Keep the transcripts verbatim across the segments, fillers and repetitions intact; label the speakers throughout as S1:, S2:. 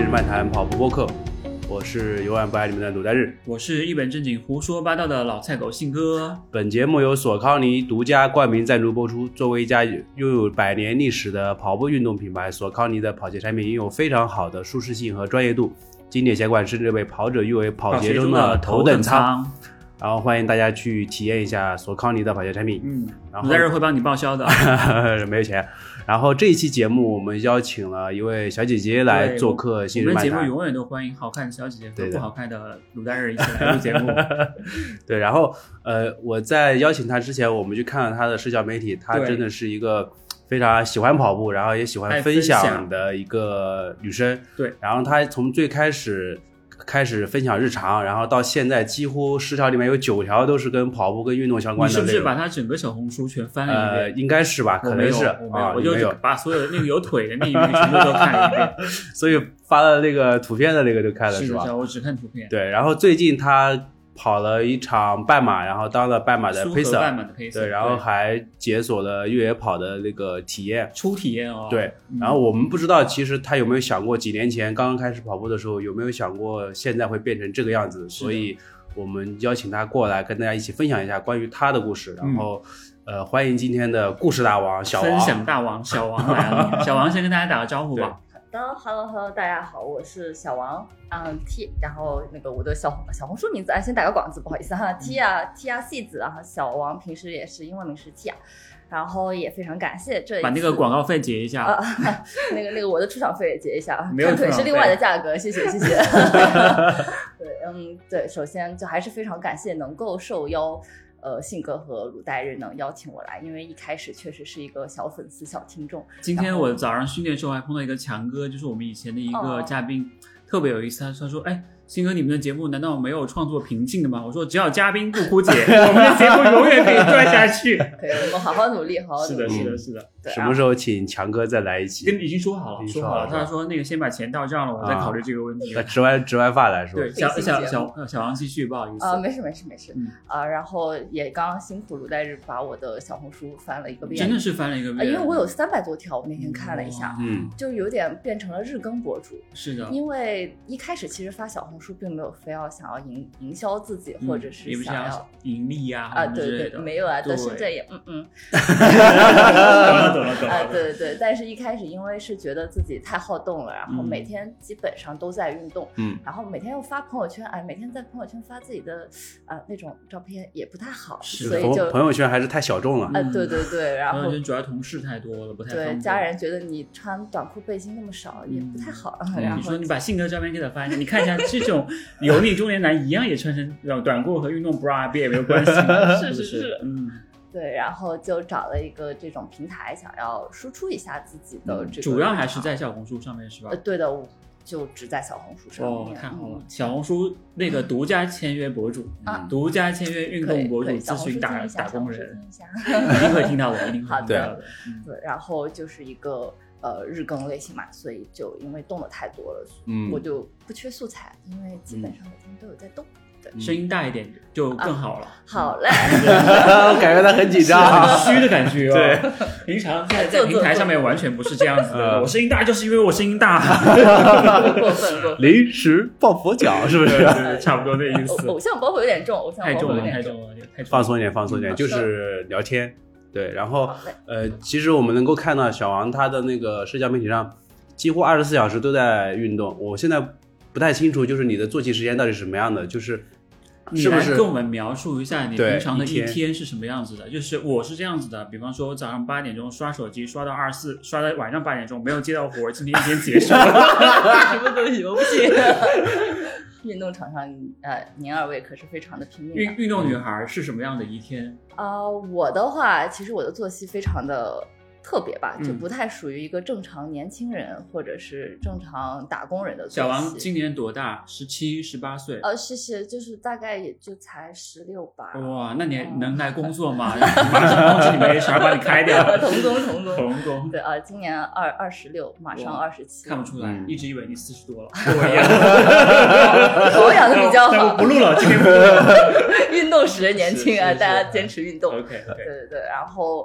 S1: 日漫谈跑步播客，我是永远不爱你们的鲁代日，
S2: 我是一本正经胡说八道的老菜狗信哥。
S1: 本节目由索康尼独家冠名赞助播出。作为一家拥有百年历史的跑步运动品牌，索康尼的跑鞋产品拥有非常好的舒适性和专业度，经典鞋款甚至被跑者誉为跑鞋中的头等舱。然后欢迎大家去体验一下索康尼的跑鞋产品。
S2: 嗯，鲁代日会帮你报销的。
S1: 没有钱。然后这一期节目我们邀请了一位小姐姐来做客新日漫谈。
S2: 我们节目永远都欢迎好看的小姐姐和不好看的鲁代日一起来录节目。
S1: 对，然后呃，我在邀请她之前，我们去看了她的社交媒体，她真的是一个非常喜欢跑步，然后也喜欢分享的一个女生。
S2: 对，
S1: 然后她从最开始开始分享日常，然后到现在几乎十条里面有九条都是跟跑步跟运动相关的内容。
S2: 你是不是把他整个小红书全翻了一遍？
S1: 呃，应该是吧，可能是
S2: 啊，我就把所有的那个有腿的那一面全部都看了一遍。
S1: 所以发了那个图片的那个就看了是吧？
S2: 是的，我只看图片。
S1: 对，然后最近他跑了一场半马，然后当了半马的 pacer，
S2: 半马的 pacer，
S1: 对，然后还解锁了越野跑的那个体验，
S2: 初体验哦。
S1: 对，然后我们不知道，其实他有没有想过，几年前刚刚开始跑步的时候，有没有想过现在会变成这个样子？所以我们邀请他过来跟大家一起分享一下关于他的故事。然后，嗯、呃，欢迎今天的故事大王小王，
S2: 分享大王小王来了。小王先跟大家打个招呼吧。
S3: Hello Hello 大家好，我是小王，嗯 T， 然后那个我的小小红书名字啊，先打个广告，不好意思哈 ，T 啊 T 啊 C 子，然后小王平时也是英文名是 T 啊，然后也非常感谢这一次
S2: 把那个广告费结一下，
S3: 啊、那个那个我的出场费也结一下，
S2: 没有
S3: 看腿是另外的价格，谢谢谢谢。对，嗯，对，首先就还是非常感谢能够受邀。呃，信哥和鲁代日能邀请我来，因为一开始确实是一个小粉丝、小听众。
S2: 今天我早上训练的时候还碰到一个强哥，就是我们以前的一个嘉宾，哦、特别有意思。他说：“哎，信哥，你们的节目难道没有创作瓶颈的吗？”我说：“只要嘉宾不枯竭，我们的节目永远可以转下去。”
S3: 可以，我们好好努力，好好努力。
S2: 是的，是的，是的。
S3: 对，
S1: 什么时候请强哥再来一起？
S2: 跟已经说好了，说好了。他说那个先把钱到账了，我再考虑这个问题。
S1: 那值完值完发来说。
S2: 对，小小小小王继续，不好意思。
S3: 啊、呃，没事没事没事。嗯啊、呃，然后也刚刚辛苦鲁代日把我的小红书翻了一个遍，
S2: 真的是翻了一个遍。
S3: 呃、因为我有三百多条，我那天看了一下，
S1: 嗯，
S3: 就有点变成了日更博主。
S2: 是的，
S3: 因为一开始其实发小红书并没有非要想要营营销自己，
S2: 嗯、
S3: 或者是想要
S2: 盈利啊
S3: 啊，对对，没有啊，但是这也嗯嗯，
S2: 懂了懂了懂了
S3: 啊，对对对，但是一开始因为是觉得自己太好动了，然后每天基本上都在运动，
S1: 嗯，
S3: 然后每天又发朋友圈，哎，每天在朋友圈发自己的啊、呃、那种照片也不太好，所以就
S1: 朋友圈还是太小众了，
S3: 啊、呃，对对对，然后
S2: 朋友圈主要同事太多了，不太方便，
S3: 对，家人觉得你穿短裤背心那么少、嗯、也不太好，
S2: 嗯、
S3: 然后
S2: 你说你把信哥照片给他翻一下，你看一下这种油腻中年男一样也穿成短裤和运动 bra 也没有关系，
S3: 是是是，
S2: 是嗯。
S3: 对，然后就找了一个这种平台，想要输出一下自己的这个、嗯，
S2: 主要还是在小红书上面是吧？
S3: 呃，对的，我就只在小红书上面。
S2: 哦，太好了！嗯、小红书那个独家签约博主，啊、独家签约运动博主，咨询打打工人，一定会听到的，一定会听到的。
S3: 嗯、对，然后就是一个呃日更类型嘛，所以就因为动的太多了，嗯，我就不缺素材，因为基本上每天都有在动。嗯
S2: 声音大一点就更好了。
S3: 啊、好嘞，
S1: 我感觉他很紧张，
S2: 很虚的感觉哦。
S1: 对，
S2: 平常在在平台上面完全不是这样子的。我声音大就是因为我声音大。
S3: 过分过分。
S1: 临时抱佛脚是不是？
S2: 对，差不多那意思。
S3: 偶像包袱有点重，偶像包袱有点重，
S2: 太重了，太重了。
S1: 放松一点，放松一点，就是聊天。对，然后呃，其实我们能够看到小王他的那个社交媒体上，几乎二十四小时都在运动。我现在不太清楚，就是你的作息时间到底是什么样的，就是。
S2: 你来跟我们描述一下你平常的一
S1: 天,
S2: 天是什么样子的？就是我是这样子的，比方说我早上八点钟刷手机，刷到二十四，刷到晚上八点钟，没有接到活，今天一天结束了。
S3: 什么东西我不信。运动场上，呃，您二位可是非常的拼命。
S2: 运运动女孩是什么样的一天？
S3: 啊、呃，我的话，其实我的作息非常的。特别吧，就不太属于一个正常年轻人、嗯、或者是正常打工人的作息。
S2: 小王今年多大？十七、十八岁？
S3: 呃，谢谢，就是大概也就才十六吧。
S2: 哇，那你能来工作吗？马上通知你们 H R 把你开掉。
S3: 童工，童工，
S2: 童工。
S3: 对啊、呃，今年二二十六，马上二十七。
S2: 看不出来，嗯、一直以为你四十多了。
S3: 跟我一样。保养的比较好。
S2: 不录了，今天不录了。
S3: 运动使人年轻啊，大家坚持运动。
S2: OK，
S3: 对对对，然后。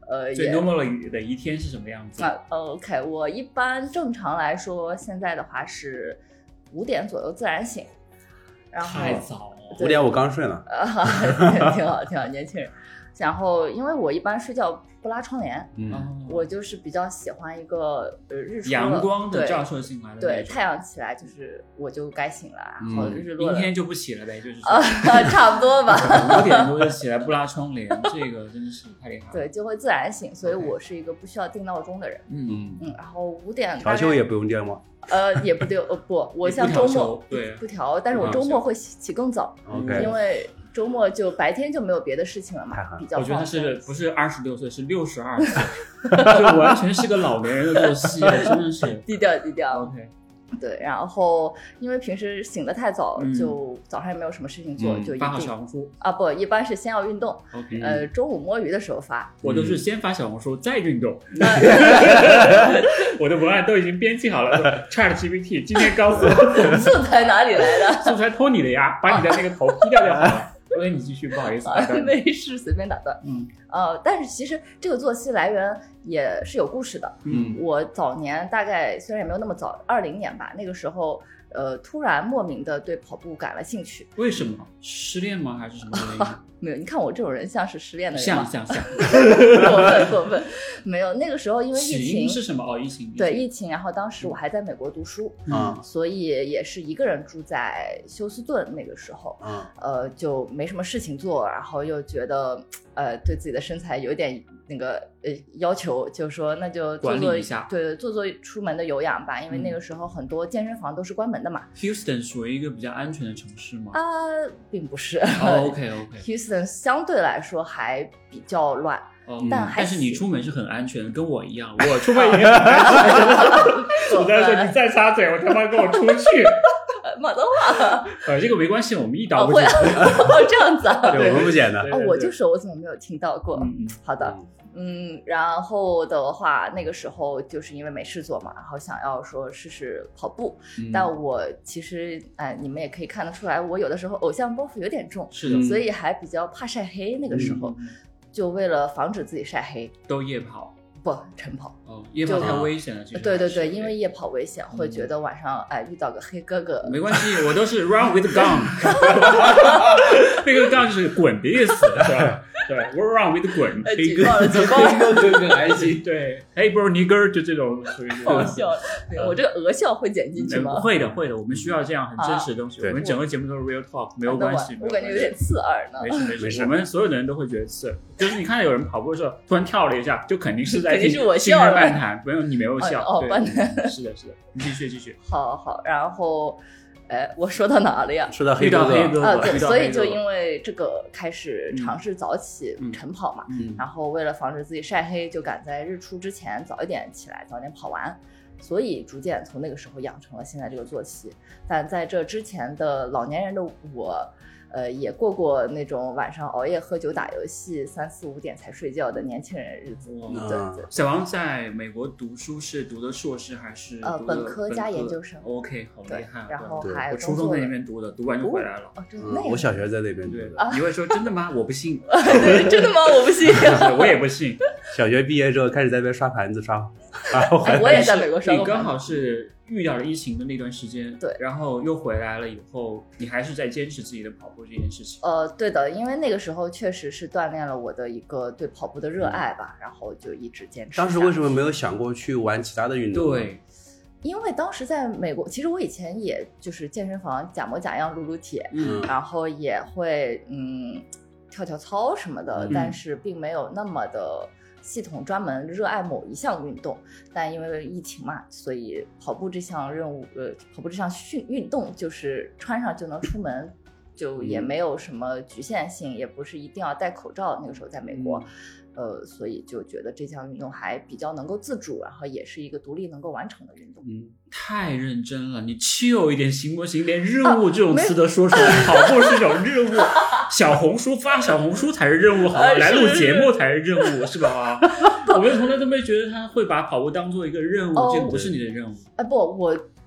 S3: 呃，
S2: 最
S3: 也
S2: normal 的一天是什么样子？
S3: 啊 ，OK， 我一般正常来说，现在的话是五点左右自然醒，然后
S2: 太早了，
S1: 五点我刚睡了。
S3: 啊，挺好挺好，年轻人。然后因为我一般睡觉不拉窗帘，
S1: 嗯，
S2: 哦
S3: 我就是比较喜欢一个呃日出了
S2: 阳光的
S3: 对
S2: 照射进来的
S3: 对，
S2: 那种
S3: 太阳起来就是我就该醒了，然后
S1: 嗯
S3: 日落了，
S2: 明天就不起了呗，就是说
S3: 啊，差不多吧。
S2: 五点多就起来不拉窗帘，这个真的是太厉害了。
S3: 对，就会自然醒，所以
S2: OK
S3: 我是一个不需要定闹钟的人。
S2: 嗯，
S1: 嗯，
S3: 嗯，然后五点
S1: 调休也不用定吗
S3: 呃也不丢呃不，我
S2: 也不调
S3: 像周末
S2: 休对
S3: 不调，但是我
S2: 不调休
S3: 周末会起起更早，
S1: ？OK，
S3: 因为周末就白天就没有别的事情了嘛
S1: 太好，了
S3: 比较
S2: 我觉得他
S3: 放松。
S2: 是不是二十六岁，是六十二岁，就完全是个老年人的作息，真的是。
S3: 低调低调，
S2: OK，
S3: 对，然后因为平时醒得太早，
S2: 嗯
S3: 就早上也没有什么事情做，
S1: 嗯
S3: 就一
S2: 发好小
S3: 定
S2: 红书
S3: 啊不，一般是先要运动，
S2: ，OK，
S3: 呃，中午摸鱼的时候发，
S2: 我都是先发小红书再运动，
S3: 那
S2: 我的文案都已经编辑好了。Chat G P T 今天告诉我，
S3: 素材哪里来的？
S2: 素材偷你的呀，把你的那个头 P 掉就好了。OK，你继续，不好意思，打断你。
S3: 没事，随便打断。
S2: 嗯
S3: 呃，但是其实这个作息来源也是有故事的。
S2: 嗯
S3: 我早年大概虽然也没有那么早，二零年吧，那个时候呃突然莫名的对跑步感了兴趣。
S2: 为什么失恋吗？还是什么原因？
S3: 没有，你看我这种人像是失恋的人吗？
S2: 像像像。
S3: 过分过分，没有。那个时候因为疫
S2: 起
S3: 情
S2: 因是什么？哦，疫情。
S3: 对疫情，然后当时我还在美国读书，
S1: 啊
S3: 所以也是一个人住在休斯顿。那个时候，
S1: 啊
S3: 呃，就没什么事情做，然后又觉得呃对自己的身材有点那个呃要求，就说那就做做
S2: 管理一下
S3: 对做做出门的有氧吧，因为
S2: 嗯
S3: 那个时候很多健身房都是关门的嘛。
S2: Houston 属于一个比较安全的城市吗？
S3: 啊、并不是。
S2: 哦，OK OK。
S3: Houston 相对来说还比较乱，
S2: 哦，
S3: 但还
S2: 但是你
S3: 行
S2: 出门是很安全的，跟我一样，我出门也很安全的。我在说你再插嘴，我他妈跟我出去。
S3: 马德话
S2: 呃，这个没关系，我们一刀
S3: 哦会
S2: 不剪。
S3: 哦这样子啊。
S1: 对，我们不剪的。
S2: 对
S3: 哦，我就说我怎么没有听到过。
S2: 嗯嗯
S3: 好的，嗯，然后的话，那个时候就是因为没事做嘛，然后想要说试试跑步，
S2: 嗯
S3: 但我其实哎，你们也可以看得出来，我有的时候偶像包袱有点重，
S2: 是的，
S1: 嗯
S3: 所以还比较怕晒黑。那个时候、
S2: 嗯
S3: 就为了防止自己晒黑，
S2: 都夜跑。
S3: 不晨跑。
S2: 哦，夜跑太危险了，其实。
S3: 对对对，因为夜跑危险，会觉得晚上哎遇到个黑哥哥。
S2: 没关系，我都是 run with gun，那个 gun 就是滚的意思，是吧？对，我 run with 滚，
S3: 哎
S2: 黑哥，
S3: 举报了举报了
S1: 哥哥哥还行。
S2: 对，黑 bro 尼哥就这种属于。
S3: 好笑，对我这个鹅笑会剪进去
S2: 呃
S3: 吗？
S2: 会的，会的，我们需要这样很真实的东西。
S1: 对
S2: 我们整个节目都是 real talk，没有关系。
S3: 我感觉有点刺耳呢。
S2: 没事没事，
S1: 没事
S2: 我们所有的人都会觉得刺，就是你看到有人跑步的时候突然跳了一下，就肯定是在
S3: 肯定是我
S2: 信任
S3: 笑了
S2: 漫谈，没有你没有笑。对
S3: 哦哦半谈
S2: 嗯是的，是的，你继续继续。
S3: 好好，然后，哎，我说到哪了呀？
S1: 说到黑
S2: 遇到
S1: 哥
S2: 黑哥
S3: 啊，对，
S2: 遇到
S3: 所以
S2: 黑哥
S3: 就因为这个开始尝试早起
S2: 嗯
S3: 晨跑嘛，
S2: 嗯
S3: 然后为了防止自己晒黑，就赶在日出之前早一点起来，早点跑完。所以逐渐从那个时候养成了现在这个作息。但在这之前的老年人的我，呃，也过过那种晚上熬夜喝酒打游戏，三四五点才睡觉的年轻人日子。
S2: 哇
S3: 对对。
S2: 小王在美国读书是读的硕士还是
S3: 呃
S2: 读的
S3: 本科加研究生
S2: ？OK，好厉
S3: 对
S2: 害啊！，
S3: 然后
S1: 对
S3: 还
S2: 我初中在
S3: 工作了
S2: 那边读的，读完就回来了。
S3: 哦，真的
S1: 嗯
S3: 那，
S1: 我小学在那边读
S2: 对
S1: 的，，
S2: 你会说真的吗？我不信，
S3: 对真的吗？我不信。
S2: 我也不信。
S1: 小学毕业之后开始在那边刷盘子刷，然后还
S3: 哎我也在美国刷过盘
S2: 你刚好是遇到了疫情的那段时间，
S3: 对
S2: 然后又回来了以后，你还是在坚持自己的跑步这件事情。
S3: 呃，对的，因为那个时候确实是锻炼了我的一个对跑步的热爱吧，然后就一直坚持。
S1: 当时为什么没有想过去玩其他的运动？，
S2: 对，
S3: 因为当时在美国，其实我以前也就是健身房假模假样撸撸铁，
S1: 嗯
S3: 然后也会嗯跳跳操什么的，
S2: 嗯
S3: 但是并没有那么的系统专门热爱某一项运动。但因为疫情嘛，所以跑步这项任务，呃，跑步这项运运动就是穿上就能出门。就也没有什么局限性，也不是一定要戴口罩。那个时候在美国，呃，所以就觉得这项运动还比较能够自主，然后也是一个独立能够完成的运动。
S1: 嗯，
S2: 太认真了，你chill一点行不行？连任务这种词都说出来，跑步是种任务，小红书发小红书才是任务，好吗？
S3: 呃
S2: 来录
S3: 是
S2: 节目才是任务，是吧？我们从来都没觉得他会把跑步当做一个任务，
S3: 哦
S2: 这个不是你的任务。
S3: 哎，不，我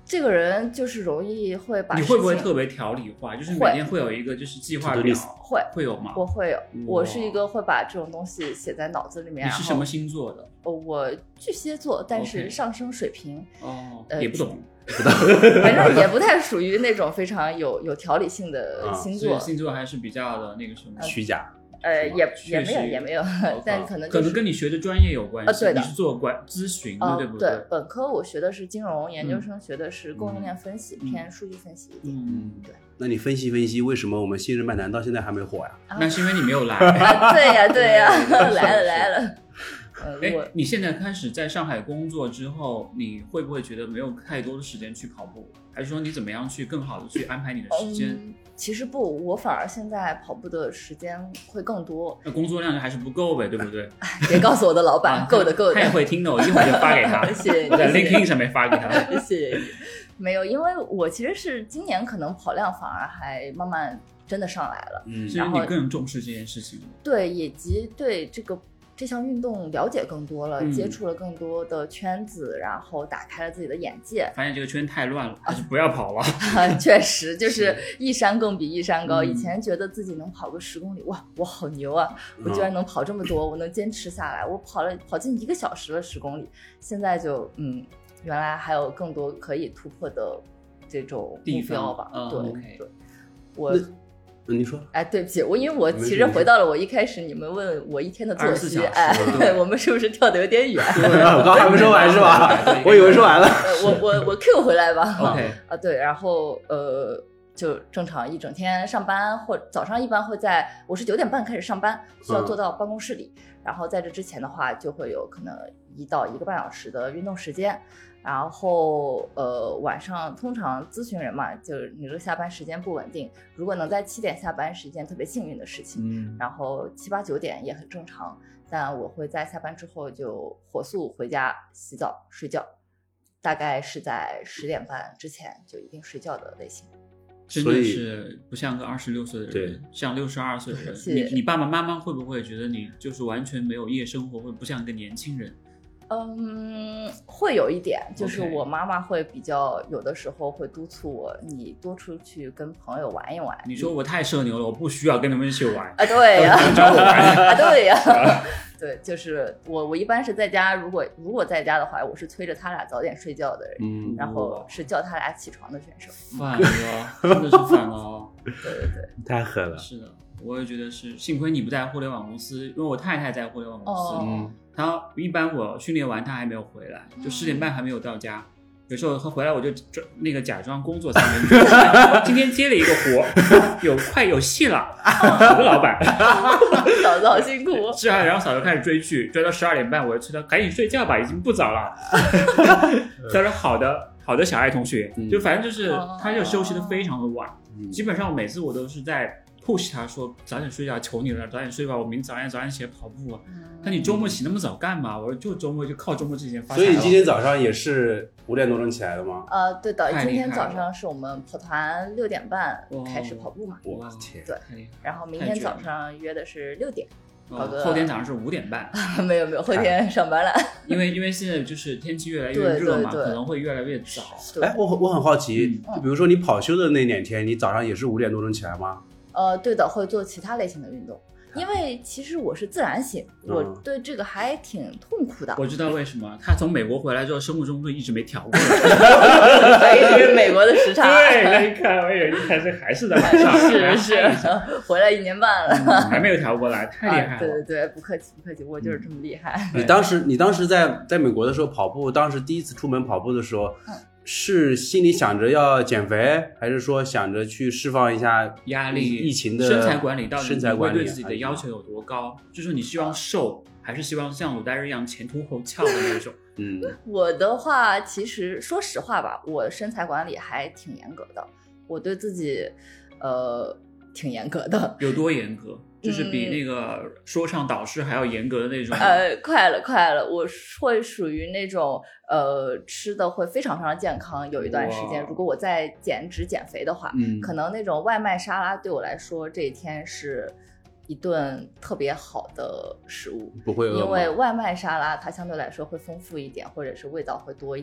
S3: 这个人就是容易会把
S2: 你会不会特别条理化？就是每天会有一一个就是计划表，
S3: 会
S2: 会有吗？
S3: 我会有，我是一个会把这种东西写在脑子里面。
S2: 你是什么星座的？
S3: 我巨蟹座，但是上升水瓶。
S2: 哦，呃、也不懂。
S3: 反正也不太属于那种非常有有条理性的星座，
S2: 啊、星座还是比较的那个什么
S1: 虚假。
S3: 呃，也也没有也没有，但可能、就是、
S2: 可能跟你学的专业有关系。
S3: 呃，对的，
S2: 你是做管咨询的、
S3: 呃，
S2: 对不对？
S3: 对，本科我学的是金融，研究生学的是供应链分析，嗯、偏数据分析一点。
S2: 嗯，
S3: 对。
S1: 那你分析分析，为什么我们新人漫谈到现在还没火呀？
S3: 啊、
S2: 那是因为你没有来。
S3: 啊、对呀，对呀，来了来了。
S2: 哎、呃，你现在开始在上海工作之后，你会不会觉得没有太多的时间去跑步？还是说你怎么样去更好的去安排你的时间？
S3: 嗯、其实不，我反而现在跑步的时间会更多。
S2: 那工作量还是不够呗，对不对？
S3: 别告诉我的老板，啊、够的够的。
S2: 他也会听的，我一会儿就发给他。
S3: 谢谢你，
S2: 在 LinkedIn 上面发给他。
S3: 谢谢你。没有，因为我其实是今年可能跑量反而还慢慢真的上来了。
S2: 嗯，然后你更重视这件事情。
S3: 对，以及对这个。这项运动了解更多了、嗯，接触了更多的圈子，然后打开了自己的眼界。
S2: 发现这个圈太乱了，还是不要跑了。
S3: 啊、确实，就是一山更比一山高、嗯。以前觉得自己能跑个十公里，哇，我好牛啊！我居然能跑这么多，嗯、我能坚持下来。我跑了跑近一个小时了，十公里。现在就嗯，原来还有更多可以突破的这种目标吧？
S2: 嗯、
S3: 对、
S2: okay.
S3: 对，我。
S1: 你说，
S3: 哎，对不起，我因为我其实回到了我一开始你们问我一天的作息，哎，我们是不是跳的有点远？
S1: 我刚还没说完是吧？我以为说完了。
S3: 我我我 Q 回来吧。
S2: OK
S3: 啊，对，然后呃，就正常一整天上班，或早上一般会在我是九点半开始上班，需要坐到办公室里，嗯、然后在这之前的话，就会有可能一到一个半小时的运动时间。然后呃晚上通常咨询人嘛，就是你这个下班时间不稳定，如果能在七点下班是一件特别幸运的事情，
S2: 嗯，
S3: 然后七八九点也很正常，但我会在下班之后就火速回家洗澡睡觉，大概是在十点半之前就一定睡觉的类型。
S2: 真的是不像个二十六岁的人，
S1: 对，
S2: 像六十二岁的人。你你爸爸妈妈会不会觉得你就是完全没有夜生活，或者不像一个年轻人？
S3: 嗯，会有一点，就是我妈妈会比较有的时候会督促我，你多出去跟朋友玩一玩。
S2: 你说我太社牛了，我不需要跟他们一起玩
S3: 啊，对呀、
S2: 啊，找我玩
S3: 啊，对呀、啊，对，就是我我一般是在家，如果如果在家的话，我是催着他俩早点睡觉的人，
S1: 嗯，
S3: 然后是叫他俩起床的选手。
S2: 反了，真的是反了，
S3: 对对对，
S1: 太狠了。
S2: 是的，我也觉得是，幸亏你不在互联网公司，因为我太太在互联网公司。
S3: 哦
S2: 嗯，他一般我训练完他还没有回来，就十点半还没有到家。有时候他回来我就那个假装工作三分钟，今天接了一个活，有快有戏了，好的老板，
S3: 嫂子好辛苦。
S2: 是啊，然后嫂子开始追剧，追到十二点半，我就催他赶紧睡觉吧，已经不早了。他说好的，好的小爱同学，就反正就是他就休息的非常的晚，基本上每次我都是在push 他说早点睡觉，求你了，早点睡吧，我明早上早上起来跑步啊。那、嗯、你周末起那么早干嘛？我说就周末就靠周末之前发。
S1: 所以你今天早上也是五点多钟起来的吗？
S3: 呃，对的，今天早上是我们跑团六点半开始跑步嘛。
S1: 我天！
S3: 对，然后明天早上约的是六点。
S2: 哦、后天早上是五点半。
S3: 没有没有，后天上班了。
S2: 因为因为现在就是天气越来越热嘛，可能会越来越早。
S1: 哎，我我很好奇，嗯、就比如说你跑休的那两天，你早上也是五点多钟起来吗？
S3: 呃，对的，会做其他类型的运动，因为其实我是自然醒，嗯、我对这个还挺痛苦的。
S2: 我知道为什么，他从美国回来之后，生物钟就一直没调过来，
S3: 因为美国的时差。
S2: 对，那一看，我以为一开始还是在晚上，
S3: 是是，回来一年半了，
S2: 嗯、还没有调过来，太厉害了。
S3: 啊、对对对，不客气不客气，我就是这么厉害。
S1: 你当时你当时在在美国的时候跑步，当时第一次出门跑步的时候。嗯，是心里想着要减肥，还是说想着去释放一下
S2: 压力？
S1: 疫情的
S2: 身材管理到底
S1: 身材管理
S2: 对自己的要求有多高？就是你希望瘦，还是希望像鲁代日一样前凸后翘的那种？
S1: 嗯，
S3: 我的话，其实说实话吧，我身材管理还挺严格的，我对自己，呃，挺严格的。
S2: 有多严格？就是比那个说唱导师还要严格的那种。
S3: 呃，快了，快了，我会属于那种呃吃的会非常非常健康。有一段时间，如果我在减脂减肥的话，嗯，可能那种外卖沙拉对我来说，这一天是一顿特别好的食物，
S1: 不会饿吗？
S3: 因为外卖沙拉它相对来说会丰富一点，或者是味道会多一点。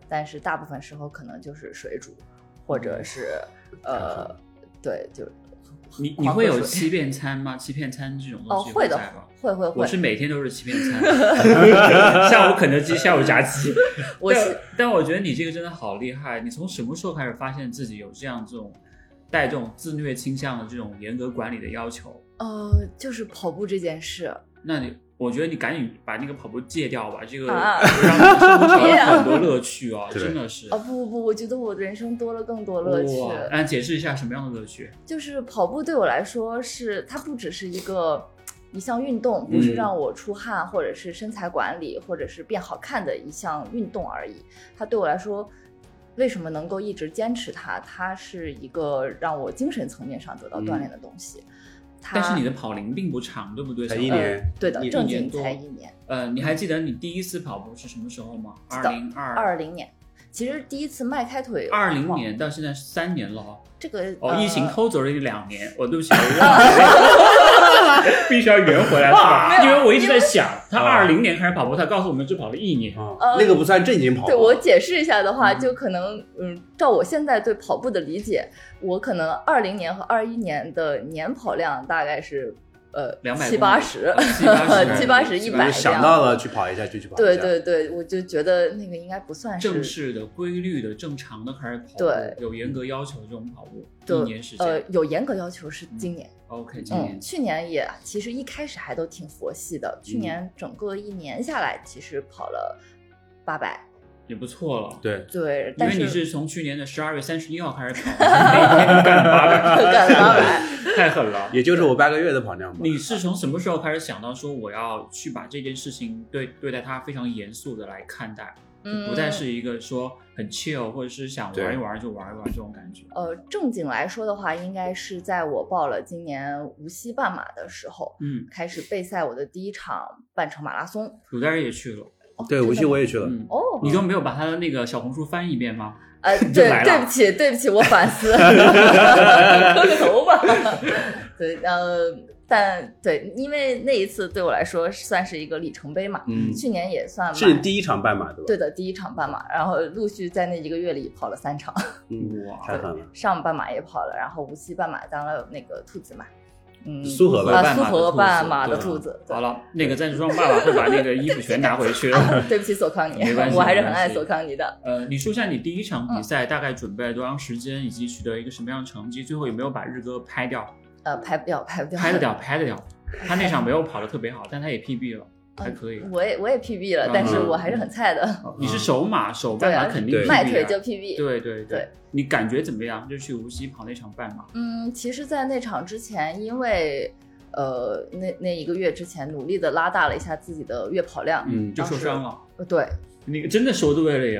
S3: 但是大部分时候可能就是水煮，或者是、嗯、呃，对，就
S2: 你你会有欺骗餐吗？欺骗餐这种东西
S3: 哦，会的，会会会。
S2: 我是每天都是欺骗餐，下午肯德基，下午炸鸡。我是，但我觉得你这个真的好厉害。你从什么时候开始发现自己有这样这种带这种自虐倾向的这种严格管理的要求？
S3: 呃，就是跑步这件事。
S2: 那你，我觉得你赶紧把那个跑步戒掉吧，这个让你生活少了很多乐趣啊，真的是。
S3: 啊、哦、不不不，我觉得我的人生多了更多乐趣。
S2: 来解释一下什么样的乐趣？
S3: 就是跑步对我来说是，它不只是一个一项运动，不是让我出汗、嗯、或者是身材管理或者是变好看的一项运动而已。它对我来说，为什么能够一直坚持它？它是一个让我精神层面上得到锻炼的东西。嗯，
S2: 但是你的跑龄并不长，对不对？
S1: 才一年、
S3: 呃、对的，正经才一年。
S2: 呃，你还记得你第一次跑步是什么时候吗？二零二
S3: 二零年。其实第一次迈开腿，
S2: 二零年到现在三年了哦。
S3: 这个
S2: 哦，
S3: 呃、
S2: 疫情偷走了你两年，我、哦、对不起，我忘了，必须要圆回来是吧？因为我一直在想，他二零年开始跑步，他告诉我们只跑了一年，
S1: 呃、那个不算正经跑步。
S3: 对，我解释一下的话，就可能嗯，照我现在对跑步的理解，我可能二零年和二一年的年跑量大概是。呃，七八十，七八十，一百，
S1: 想到了去跑一下就去跑一下。
S3: 对对对，我就觉得那个应该不算是
S2: 正式的、规律的、正常的开始跑步，
S3: 对，
S2: 有严格要求的这种跑步，一年时间。
S3: 呃，有严格要求是今年。
S2: 嗯、OK， 今年、
S3: 嗯，去年也其实一开始还都挺佛系的，去年整个一年下来，其实跑了八百。
S2: 也不错了，
S1: 对
S3: 对，
S2: 因为你是从去年的十二月三十一号开始跑，每天干了八百，
S3: 干了八百，
S2: 太狠了，
S1: 也就是我半个月的跑量吧。
S2: 你是从什么时候开始想到说我要去把这件事情对对待它非常严肃的来看待，嗯、不再是一个说很 chill 或者是想玩一玩就玩一玩这种感觉？
S3: 呃，正经来说的话，应该是在我报了今年无锡半马的时候，
S2: 嗯，
S3: 开始备赛我的第一场半程马拉松。
S2: 鲁代人也去了。
S3: 哦、
S1: 对，无锡我也去了。
S2: 嗯、哦，你都没有把他的那个小红书翻一遍吗？
S3: 呃，对，对不起，对不起，我反思，磕个头吧。对，呃，但对，因为那一次对我来说算是一个里程碑嘛。嗯，去年也算
S1: 是第一场半马对吧？
S3: 对的，第一场半马，然后陆续在那一个月里跑了三场。
S1: 嗯，哇，太狠了！
S3: 上半马也跑了，然后无锡半马当了那个兔子嘛。嗯，
S1: 苏河
S3: 半苏河半马的兔子。
S2: 好了，那个赞助商爸爸会把那个衣服全拿回去了。
S3: 对不起，索康尼，
S2: 没关系，
S3: 我还是很爱索康尼的。
S2: 呃，你说一下你第一场比赛大概准备了多长时间，以及取得一个什么样的成绩？最后有没有把日歌拍掉？
S3: 呃，拍不掉，拍不掉，
S2: 拍得掉，拍得掉。他那场没有跑得特别好，但他也 P B 了。还可以，
S3: 我也我也 P B 了，但是我还是很菜的。
S2: 嗯、你是首马首半马肯定 P B、啊、
S3: 迈腿就 P B。
S2: 对对 对,
S3: 对，
S2: 你感觉怎么样？就去无锡跑那场半马。
S3: 嗯，其实，在那场之前，因为呃那那一个月之前努力的拉大了一下自己的月跑量，
S2: 嗯，就受伤了。
S3: 对，
S2: 你真的说对了耶！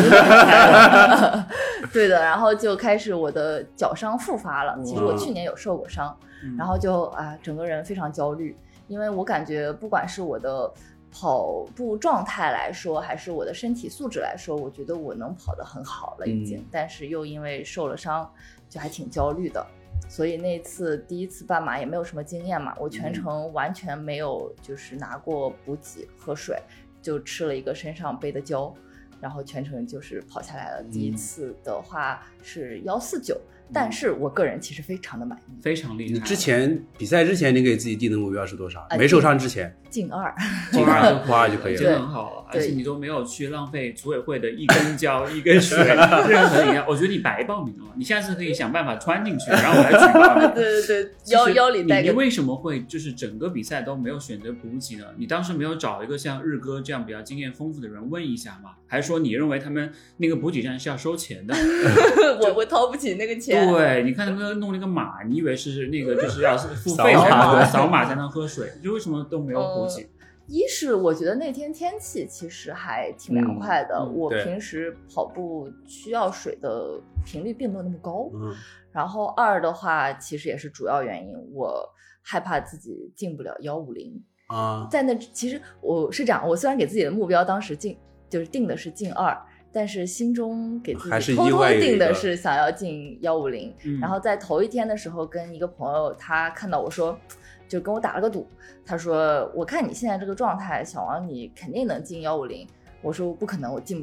S3: 对的，然后就开始我的脚伤复发了。其实我去年有受过伤，然后就啊整个人非常焦虑。因为我感觉不管是我的跑步状态来说，还是我的身体素质来说，我觉得我能跑得很好了已经、嗯、但是又因为受了伤就还挺焦虑的，所以那次第一次半马也没有什么经验嘛，我全程完全没有就是拿过补给喝水，就吃了一个身上背的胶，然后全程就是跑下来了。第一次的话是一四九，但是我个人其实非常的满意，
S2: 非常厉害。
S1: 你之前比赛之前，你给自己定的目标是多少？呃、没受伤之前，
S3: 进二，
S1: 进二破二就可以了，
S2: 真的很好了。而且你都没有去浪费组委会的一根胶、一根水，任何饮料。我觉得你白报名了，你下次可以想办法穿进去，然后我来举报你。
S3: 对对对，腰腰里带个。
S2: 你为什么会就是整个比赛都没有选择补给呢？你当时没有找一个像日哥这样比较经验丰富的人问一下吗？还是说你认为他们那个补给站是要收钱的？
S3: 我我掏不起那个钱。
S2: 对，你看他们弄那个码，你以为是那个就是要付费才能扫码才能喝水，就为什么都没有补给？
S3: 呃、一是我觉得那天天气其实还挺凉快的，嗯、我平时跑步需要水的频率并没有那么高。嗯、然后二的话，其实也是主要原因，我害怕自己进不了一五零啊。在那其实我是这样，我虽然给自己的目标当时进就是定的是进二。但是心中给自己偷偷定的是想要进一五零，然后在头一天的时候跟一个朋友，他看到我说，就跟我打了个赌，他说我看你现在这个状态，小王你肯定能进一五零，我说不可能，我进不了。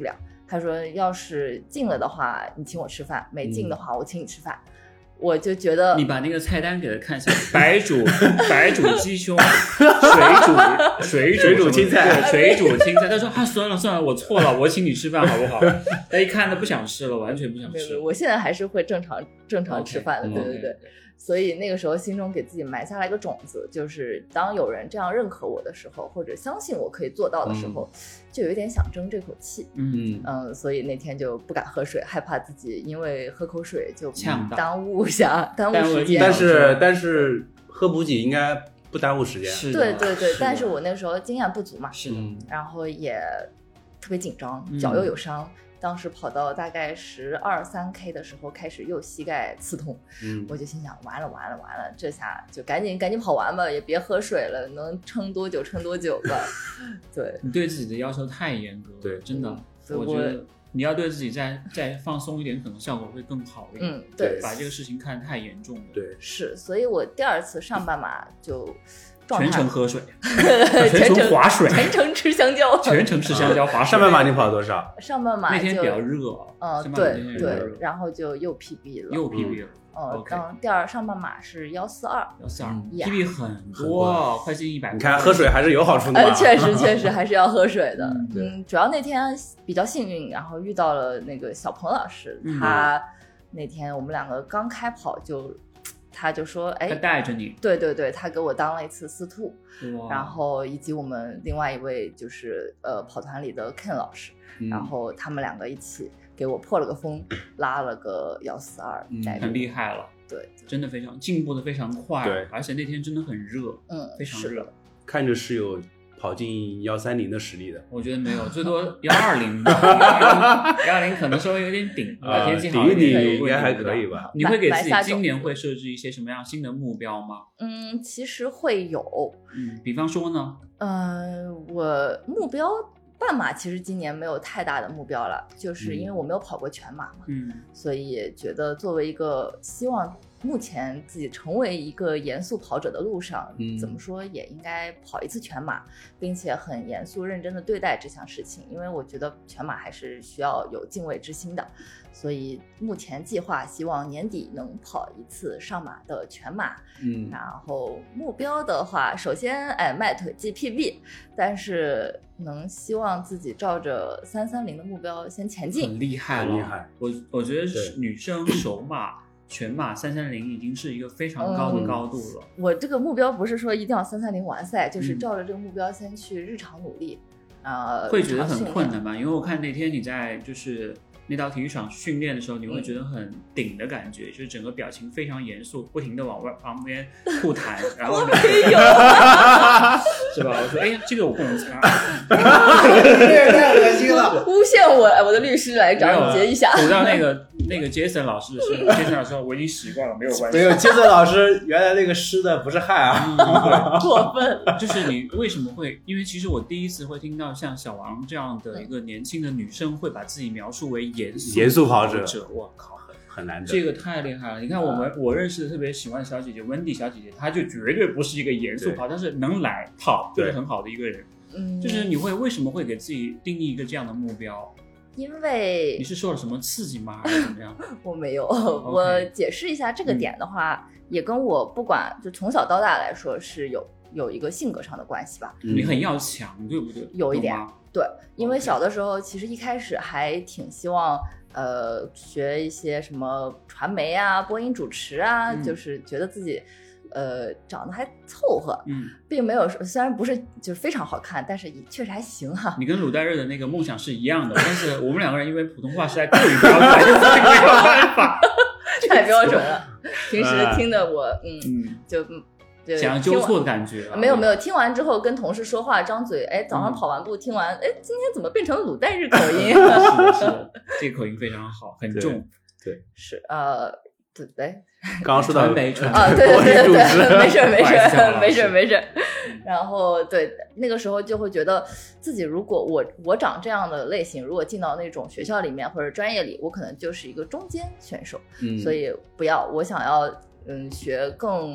S3: 他说要是进了的话你请我吃饭，没进的话我请你吃饭。嗯，我就觉得
S2: 你把那个菜单给他看一下，白煮白煮鸡胸，水煮水煮
S1: 水煮青菜，
S2: 水煮青菜。他说啊，算了算了，我错了，我请你吃饭好不好？他一看他不想吃了，完全不想吃。
S3: 我现在还是会正常正常吃饭的，
S2: okay,
S3: 对对对。Okay. 所以那个时候心中给自己埋下了一个种子，就是当有人这样认可我的时候，或者相信我可以做到的时候，嗯、就有点想争这口气。
S2: 嗯
S3: 嗯，所以那天就不敢喝水，害怕自己因为喝口水就
S2: 呛到
S3: 耽误下耽误时间。
S1: 但是但是喝补给应该不耽误时间。
S2: 是
S3: 对对对，但是我那时候经验不足嘛，
S2: 是的，
S3: 然后也特别紧张，脚又有伤。嗯，当时跑到大概十二三 K 的时候，开始右膝盖刺痛，嗯，我就心想完了完了完了，这下就赶紧赶紧跑完吧，也别喝水了，能撑多久撑多久吧。对，
S2: 你对自己的要求太严格了，
S1: 对，
S2: 真的，嗯、我觉得你要对自己再再放松一点，可能效果会更好一点。
S3: 嗯，对，
S2: 把这个事情看得太严重了。
S1: 对，
S3: 是，所以我第二次上半马就。
S2: 全程喝水，全程划水，
S3: 全程吃香蕉，
S2: 全程吃香蕉划水。
S1: 上半马你跑了多少？
S3: 上半马
S2: 那天比较热，
S3: 嗯，对对，然后就又 P B 了，
S2: 又 P B 了。
S3: 哦，当第二上半马是幺四二，
S2: 幺四二 P B 很多，快进一百。
S1: 你看喝水还是有好处的嘛。
S3: 呃，确实确实还是要喝水的。嗯，主要那天比较幸运，然后遇到了那个小鹏老师，他那天我们两个刚开跑就。他就说哎，
S2: 他带着你，
S3: 对对对，他给我当了一次司徒，然后以及我们另外一位就是呃跑团里的 Ken 老师、嗯、然后他们两个一起给我破了个风，拉了个幺四二，
S2: 很厉害了，
S3: 对，
S2: 真的非常进步的非常快，
S1: 对，
S2: 而且那天真的很热，
S3: 嗯，
S2: 非常热，
S1: 看着是有跑进幺三零的实力的，
S2: 我觉得没有，最多幺二零吧，幺二零可能稍微有点顶，
S1: 呃、
S2: 天气好一
S1: 点应该还可以吧？
S2: 你会给自己今年会设置一些什么样新的目标吗？
S3: 嗯，其实会有，
S2: 嗯，比方说呢？
S3: 呃，我目标半马其实今年没有太大的目标了，就是因为我没有跑过全马嘛，
S2: 嗯，
S3: 所以觉得作为一个希望。目前自己成为一个严肃跑者的路上、嗯、怎么说也应该跑一次全马，并且很严肃认真的对待这项事情，因为我觉得全马还是需要有敬畏之心的，所以目前计划希望年底能跑一次上马的全马。
S1: 嗯，
S3: 然后目标的话，首先哎迈腿记 P B， 但是能希望自己照着三三零的目标先前进，
S2: 很厉害了，
S1: 很厉害。
S2: 我我觉得女生首马全马三三零已经是一个非常高的高度了、
S3: 嗯、我这个目标不是说一定要三三零完赛，就是照着这个目标先去日常努力、嗯呃、
S2: 会觉得很困难吗？因为我看那天你在就是那道体育场训练的时候，你会觉得很顶的感觉、嗯、就是整个表情非常严肃，不停的往外旁边吐痰然后
S3: 没有
S2: 是吧？我说哎呀这个我不能擦
S1: 太恶心了，
S3: 诬陷我，我的律师来找你结一下。
S2: 回到那个那个 Jason 老师的时候，Jason 老师说我已经习惯了，没有关系。
S1: 没有 Jason 老师，原来那个湿的不是汗啊，
S2: 嗯、
S3: 过分。
S2: 就是你为什么会？因为其实我第一次会听到像小王这样的一个年轻的女生会把自己描述为严肃
S1: 严肃跑者，
S2: 我靠，
S1: 很很难得，
S2: 这个太厉害了。你看我们、嗯、我认识的特别喜欢的小姐姐温蒂小姐姐，她就绝对不是一个严肃跑，但是能来跑就是很好的一个人。
S3: 嗯，
S2: 就是你会为什么会给自己定义一个这样的目标？
S3: 因为
S2: 你是受了什么刺激吗，还是怎么样？
S3: 我没有， okay, 我解释一下这个点的话、嗯、也跟我不管就从小到大来说是有有一个性格上的关系吧。
S2: 嗯、你很要强，对不对？
S3: 有一点，对，因为小的时候其实一开始还挺希望呃学一些什么传媒啊、播音主持啊、嗯，就是觉得自己。呃，长得还凑合，
S2: 嗯，并
S3: 没有虽然不是就是非常好看，但是也确实还行哈、啊。
S2: 你跟鲁代日的那个梦想是一样的，但是我们两个人因为普通话实在过于标准，没有办法，
S3: 太标准了。平时听的我，嗯，
S2: 嗯
S3: 就就
S2: 想要纠错的感觉、啊。
S3: 没有没有，听完之后跟同事说话，张嘴，哎，早上跑完步听完，哎、嗯，今天怎么变成鲁代日口音？
S2: 是的，是的，这个口音非常好，很重。
S1: 对，对
S3: 是呃。对对，
S1: 刚刚说到
S2: 没
S3: 啊，对对对对，没事没事没事没事。然后对那个时候就会觉得自己如果我我长这样的类型，如果进到那种学校里面或者专业里，我可能就是一个中间选手。嗯，所以不要，我想要嗯学更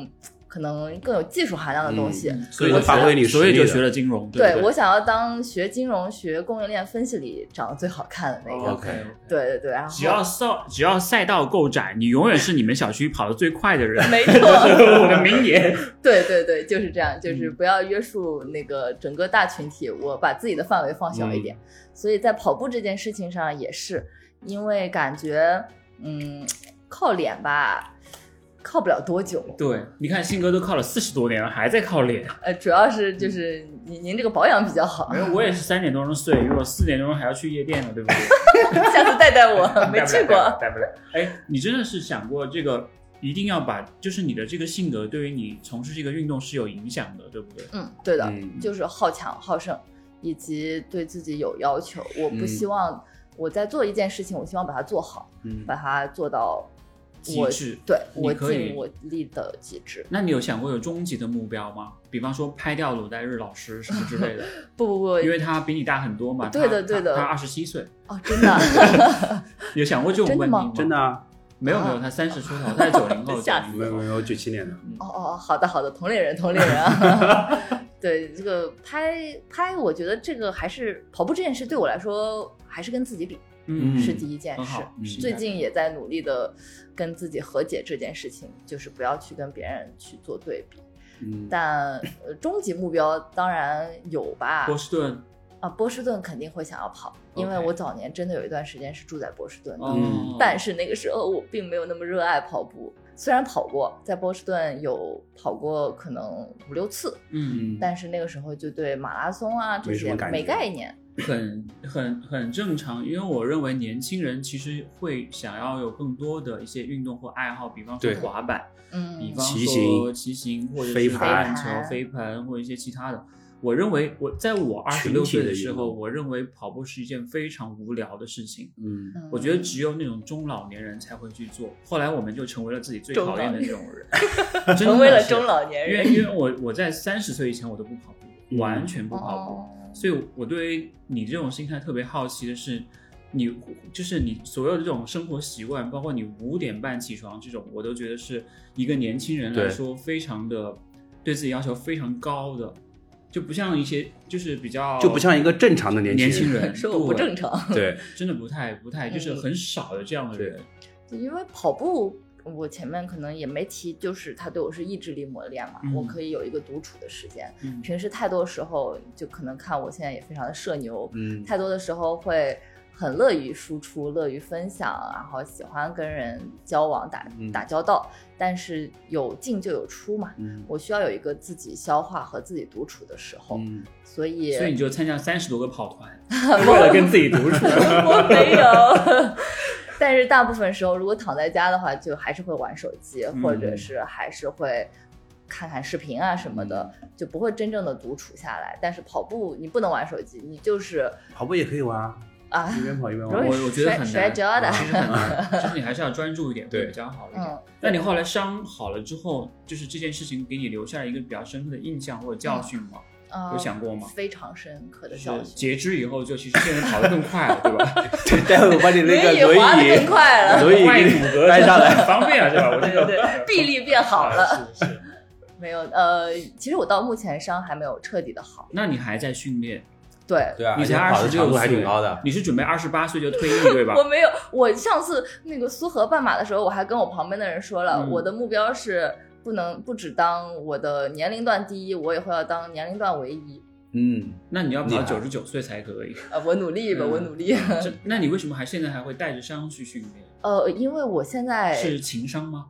S3: 可能更有技术含量的东西。
S2: 嗯、
S1: 所以就发挥你实力，
S2: 所以就学了金融。对,
S3: 对，我想要当学金融、学供应链分析里长得最好看的那个。
S1: 哦、OK，
S3: 对对对，然后
S2: 只要赛只要赛道够窄，你永远是你们小区跑得最快的人。
S3: 没错，
S2: 我的名言。
S3: 对对对，就是这样，就是不要约束那个整个大群体，我把自己的范围放小一点。嗯、所以在跑步这件事情上也是，因为感觉嗯靠脸吧。靠不了多久。
S2: 对，你看信哥都靠了四十多年了，还在靠脸。
S3: 呃，主要是就是您您这个保养比较好。
S2: 没有，我也是三点多钟睡，如果四点钟还要去夜店了，对不对？
S3: 下次带带我，没去过。
S2: 带不了。哎，你真的是想过这个，一定要把，就是你的这个性格对于你从事这个运动是有影响的，对不对？
S3: 嗯，对的，
S1: 嗯、
S3: 就是好强好胜，以及对自己有要求。我不希望我在做一件事情，我希望把它做好，
S1: 嗯，
S3: 把它做到。
S2: 极致，
S3: 对，我尽我力的极致。
S2: 那你有想过有终极的目标吗？比方说拍掉鲁代日老师什么之类的？
S3: 不不不，
S2: 因为他比你大很多嘛。
S3: 对的对的，
S2: 他二十七岁。
S3: 哦，真的？
S2: 有想过这种问题吗？
S1: 真的啊？
S2: 没有没有，他三十出头，他是九零后。
S3: 吓死！
S1: 没有没有，九七年的。
S3: 哦哦，好的好的，同龄人同龄人啊。对，这个拍拍，我觉得这个还是跑步这件事对我来说，还是跟自己比。
S2: 嗯，
S3: 是第一件事。
S2: 嗯、
S3: 最近也在努力的跟自己和解这件事情，就是不要去跟别人去做对比。
S1: 嗯，
S3: 但、呃、终极目标当然有吧。
S2: 波士顿
S3: 啊，波士顿肯定会想要跑，
S2: okay.
S3: 因为我早年真的有一段时间是住在波士顿的。
S2: 嗯，
S3: 但是那个时候我并没有那么热爱跑步，虽然跑过，在波士顿有跑过可能五六次，
S2: 嗯，
S3: 但是那个时候就对马拉松啊这些没概念。
S2: 很很很正常，因为我认为年轻人其实会想要有更多的一些运动或爱好，比方说滑板，
S3: 嗯，
S2: 比方说骑行或者是打篮球、飞盘或者一些其他的。我认为我在我二十六岁的时候，我认为跑步是一件非常无聊的事情。
S1: 嗯，
S2: 我觉得只有那种中老年人才会去做。后来我们就成为了自己最讨厌的那种人，
S3: 成为了中老年人。
S2: 因为因为我我在三十岁以前我都不跑步，嗯、完全不跑步。哦，所以我对于你这种心态特别好奇的是，你就是你所有的这种生活习惯，包括你五点半起床这种，我都觉得是一个年轻人来说非常的对自己要求非常高的，就不像一些就是比较
S1: 就不像一个正常的年轻人，
S2: 年轻人
S3: 说我不正常，
S1: 对，
S2: 真的不太不太，就是很少的这样的人，
S3: 因为跑步。我前面可能也没提，就是它对我是意志力磨练嘛，嗯、我可以有一个独处的时间。
S2: 嗯、
S3: 平时太多时候，就可能看我现在也非常的社牛，
S1: 嗯，
S3: 太多的时候会很乐于输出，乐于分享，然后喜欢跟人交往打、嗯、打交道。但是有进就有出嘛，
S1: 嗯、
S3: 我需要有一个自己消化和自己独处的时候，
S1: 嗯、
S3: 所以
S2: 所以你就参加三十多个跑团，为了跟自己独处。
S3: 我没有。但是大部分时候如果躺在家的话，就还是会玩手机、嗯、或者是还是会看看视频啊什么的、嗯、就不会真正的独处下来。但是跑步你不能玩手机，你就是
S1: 跑步也可以玩
S3: 啊，
S1: 一边跑一边玩。
S2: 我我觉得很难，
S3: 摔跤的，
S2: 其实很难，就是你还是要专注一点会比较好一点。
S3: 嗯，
S2: 那你后来伤好了之后，就是这件事情给你留下了一个比较深刻的印象或者教训吗？
S3: 嗯，
S2: 有想过吗？
S3: 非常深刻的教训。
S2: 截肢以后就其实现在跑得更快了，对吧？
S1: 对，待会我把你那个轮椅
S3: 滑得更快了，
S1: 轮椅
S2: 外骨骼
S1: 搬上来，
S2: 很方便啊，是吧？我这个
S3: 对对，臂力变好了。
S2: 啊、是是。
S3: 没有，呃，其实我到目前伤还没有彻底的好。
S2: 那你还在训练？
S3: 对
S1: 对啊，
S2: 你才二十六岁，
S1: 还挺高的。
S2: 你是准备二十八岁就退役对吧？
S3: 我没有，我上次那个苏荷半马的时候，我还跟我旁边的人说了，
S2: 嗯、
S3: 我的目标是不能不只当我的年龄段第一，我也会要当年龄段唯一。
S1: 嗯，
S2: 那你要跑九十九岁才可以。
S3: 呃，我努力吧，嗯、我努力。
S2: 那你为什么还现在还会带着伤去训练？
S3: 呃，因为我现在
S2: 是情伤吗？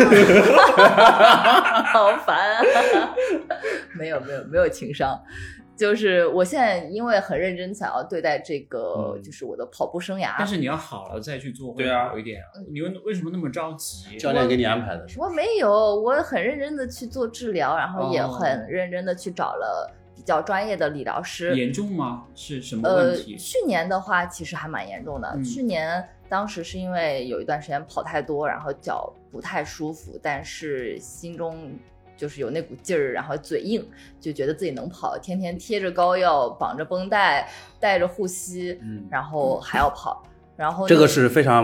S3: 好烦啊！没有没有没有情伤，就是我现在因为很认真想要对待这个，嗯、就是我的跑步生涯。
S2: 但是你要好了再去做会好一点。啊、你为什么那么着急？
S1: 教练给你安排的是？
S3: 我没有，我很认真的去做治疗，然后也很认真的去找了比较专业的理疗师。
S2: 严重吗？是什么问题？
S3: 呃，去年的话其实还蛮严重的。嗯、去年当时是因为有一段时间跑太多，然后脚不太舒服，但是心中就是有那股劲儿，然后嘴硬，就觉得自己能跑，天天贴着膏药，绑着绷带，带着护膝，
S1: 嗯、
S3: 然后还要跑。然后
S1: 这个是非常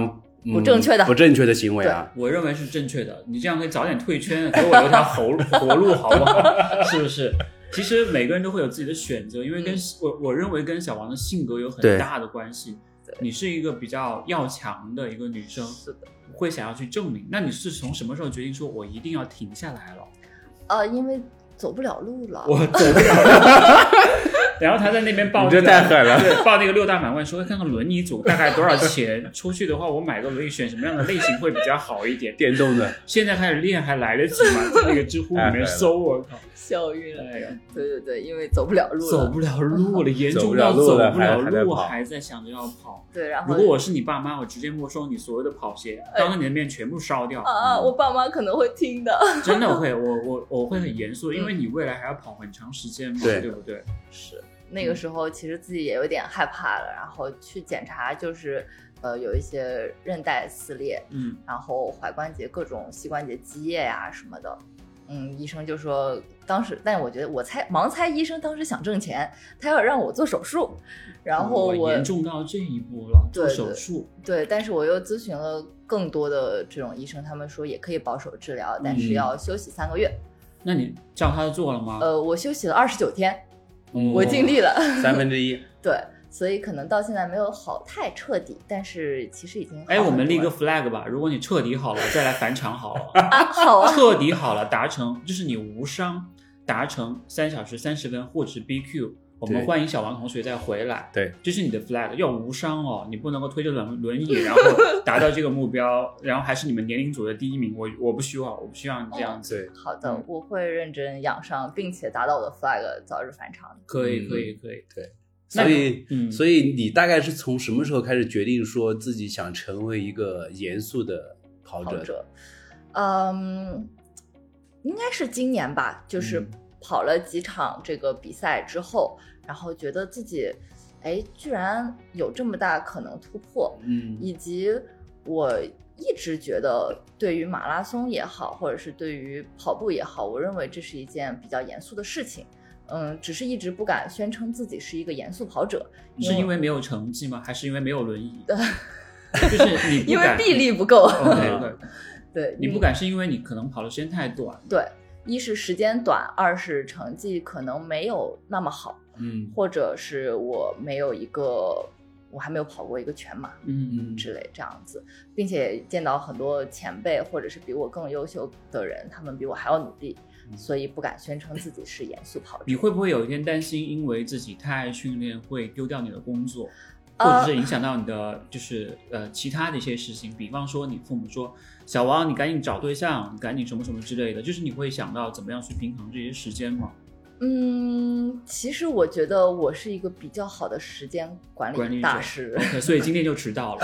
S3: 不正确的、
S1: 嗯、不正确的行为啊。
S2: 我认为是正确的，你这样可以早点退圈，给我留条活活路好不好？是不是？其实每个人都会有自己的选择，因为跟、嗯、我我认为跟小王的性格有很大的关系。你是一个比较要强的一个女生，
S3: 是的，
S2: 会想要去证明。那你是从什么时候决定说我一定要停下来了？
S3: 呃，因为走不了路了，
S2: 我走不了路。然后他在那边报、那个，
S1: 你这太狠了。
S2: 对，报那个六大满贯，说看看轮椅组大概多少钱，出去的话我买个轮椅选什么样的类型会比较好一点？
S1: 电动的。
S2: 现在开始练还来得及吗？在那个知乎里面搜，我靠，
S3: 笑晕了。
S2: 哎呀，
S3: 对对对，因为走不了路了，
S2: 走不了路了，严重到走不了路，还在想着要跑。
S3: 对，然后
S2: 如果我是你爸妈，我直接没收你所有的跑鞋，当着你的面全部烧掉。
S3: 啊、嗯，我爸妈可能会听的。
S2: 真的会，我我我会很严肃，因为你未来还要跑很长时间嘛，对对不对？
S3: 是。那个时候其实自己也有点害怕了，然后去检查，就是呃有一些韧带撕裂，
S2: 嗯，
S3: 然后踝关节各种膝关节积液呀、啊、什么的，嗯，医生就说当时，但我觉得我猜盲猜医生当时想挣钱，他要让我做手术，然后我、
S2: 哦、严重到这一步了，做手术，
S3: 对，对，但是我又咨询了更多的这种医生，他们说也可以保守治疗，但是要休息三个月。
S2: 嗯、那你照他做了吗？
S3: 呃，我休息了二十九天。我尽力了，
S1: 三分之一。
S3: 对，所以可能到现在没有好太彻底，但是其实已经好。
S2: 哎，我们立个 flag 吧，如果你彻底好了，再来返场好了。
S3: 啊，好啊。
S2: 彻底好了，达成就是你无伤，达成三小时三十分或者是 B Q， 我们欢迎小王同学再回来。
S1: 对，
S2: 这是你的 flag， 要无伤哦，你不能够推着轮轮椅，然后达到这个目标，然后还是你们年龄组的第一名。我我不希望，我不希望你这样子。
S3: 哦、好的、嗯，我会认真养伤，并且达到我的 flag， 早日返场。
S2: 可以，可以，可以。
S1: 对，所以，嗯，所以你大概是从什么时候开始决定说自己想成为一个严肃的跑者？
S3: 跑者，嗯，应该是今年吧，就是跑了几场这个比赛之后，嗯、然后觉得自己，哎，居然有这么大可能突破，
S1: 嗯，
S3: 以及我一直觉得对于马拉松也好，或者是对于跑步也好，我认为这是一件比较严肃的事情。嗯，只是一直不敢宣称自己是一个严肃跑者。
S2: 是因为没有成绩吗？还是因为没有轮椅？就是你不敢，
S3: 因为臂力不够。
S2: okay, 对,
S3: 对，
S2: 你不敢是因为你可能跑的时间太短。
S3: 对，一是时间短，二是成绩可能没有那么好。
S1: 嗯，
S3: 或者是我没有一个，我还没有跑过一个全马，
S2: 嗯
S3: 之类这样子，并且见到很多前辈或者是比我更优秀的人，他们比我还要努力。所以不敢宣称自己是严肃跑者。
S2: 你会不会有一天担心，因为自己太爱训练会丢掉你的工作，或者是影响到你的就是呃其他的一些事情？比方说你父母说小王你赶紧找对象，你赶紧什么什么之类的，就是你会想到怎么样去平衡这些时间吗？
S3: 嗯，其实我觉得我是一个比较好的时间管理大师。
S2: OK， 所以今天就迟到了，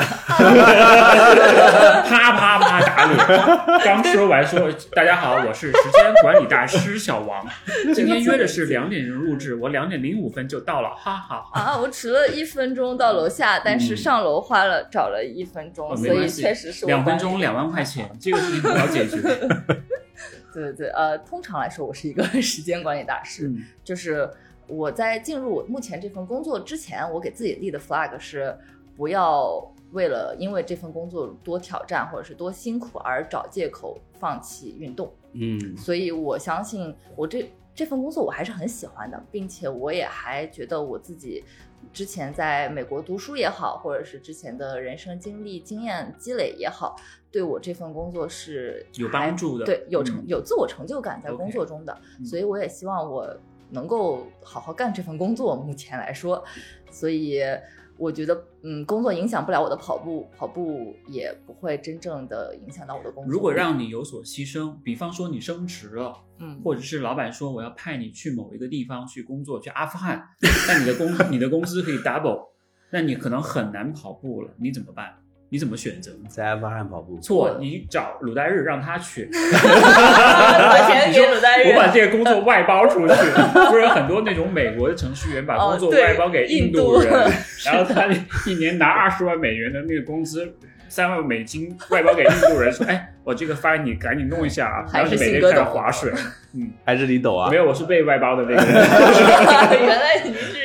S2: 啪啪啪打脸。刚说完说大家好，我是时间管理大师小王，今天约的是两点钟录制，我两点零五分就到了，哈哈哈。
S3: 啊，我迟了一分钟到楼下，但是上楼花了找了一分钟，
S2: 哦、
S3: 所以确实是我
S2: 两分钟两万块钱，这个事情很好解决。
S3: 对对对，呃，通常来说我是一个时间管理大师，
S2: 嗯、
S3: 就是我在进入我目前这份工作之前，我给自己立的 flag 是不要为了因为这份工作多挑战或者是多辛苦而找借口放弃运动。
S1: 嗯，
S3: 所以我相信我这这份工作我还是很喜欢的，并且我也还觉得我自己之前在美国读书也好，或者是之前的人生经历经验积累也好，对我这份工作是
S2: 有帮助的，
S3: 对，有成、嗯、有自我成就感在工作中的、
S2: okay,
S3: 所以我也希望我能够好好干这份工作，目前来说，所以我觉得嗯，工作影响不了我的跑步，跑步也不会真正的影响到我的工作。
S2: 如果让你有所牺牲，比方说你升职了，
S3: 嗯，
S2: 或者是老板说我要派你去某一个地方去工作，去阿富汗，那你的工你的工资可以 double， 那你可能很难跑步了，你怎么办？你怎么选择？
S1: 在阿富汗跑步？
S2: 错，你找鲁代日让他去。
S3: 我钱给鲁代日，
S2: 我把这个工作外包出去。不是有很多那种美国的程序员把工作外包给印度人，
S3: 哦、
S2: 然后他一年拿二十万美元的那个工资，三万美金外包给印度人，说：“哎，我这个 file 你赶紧弄一下啊！”然后你每天开始划水。嗯，
S1: 还是你抖啊？
S2: 没有，我是被外包的那个人。
S3: 原来你是印度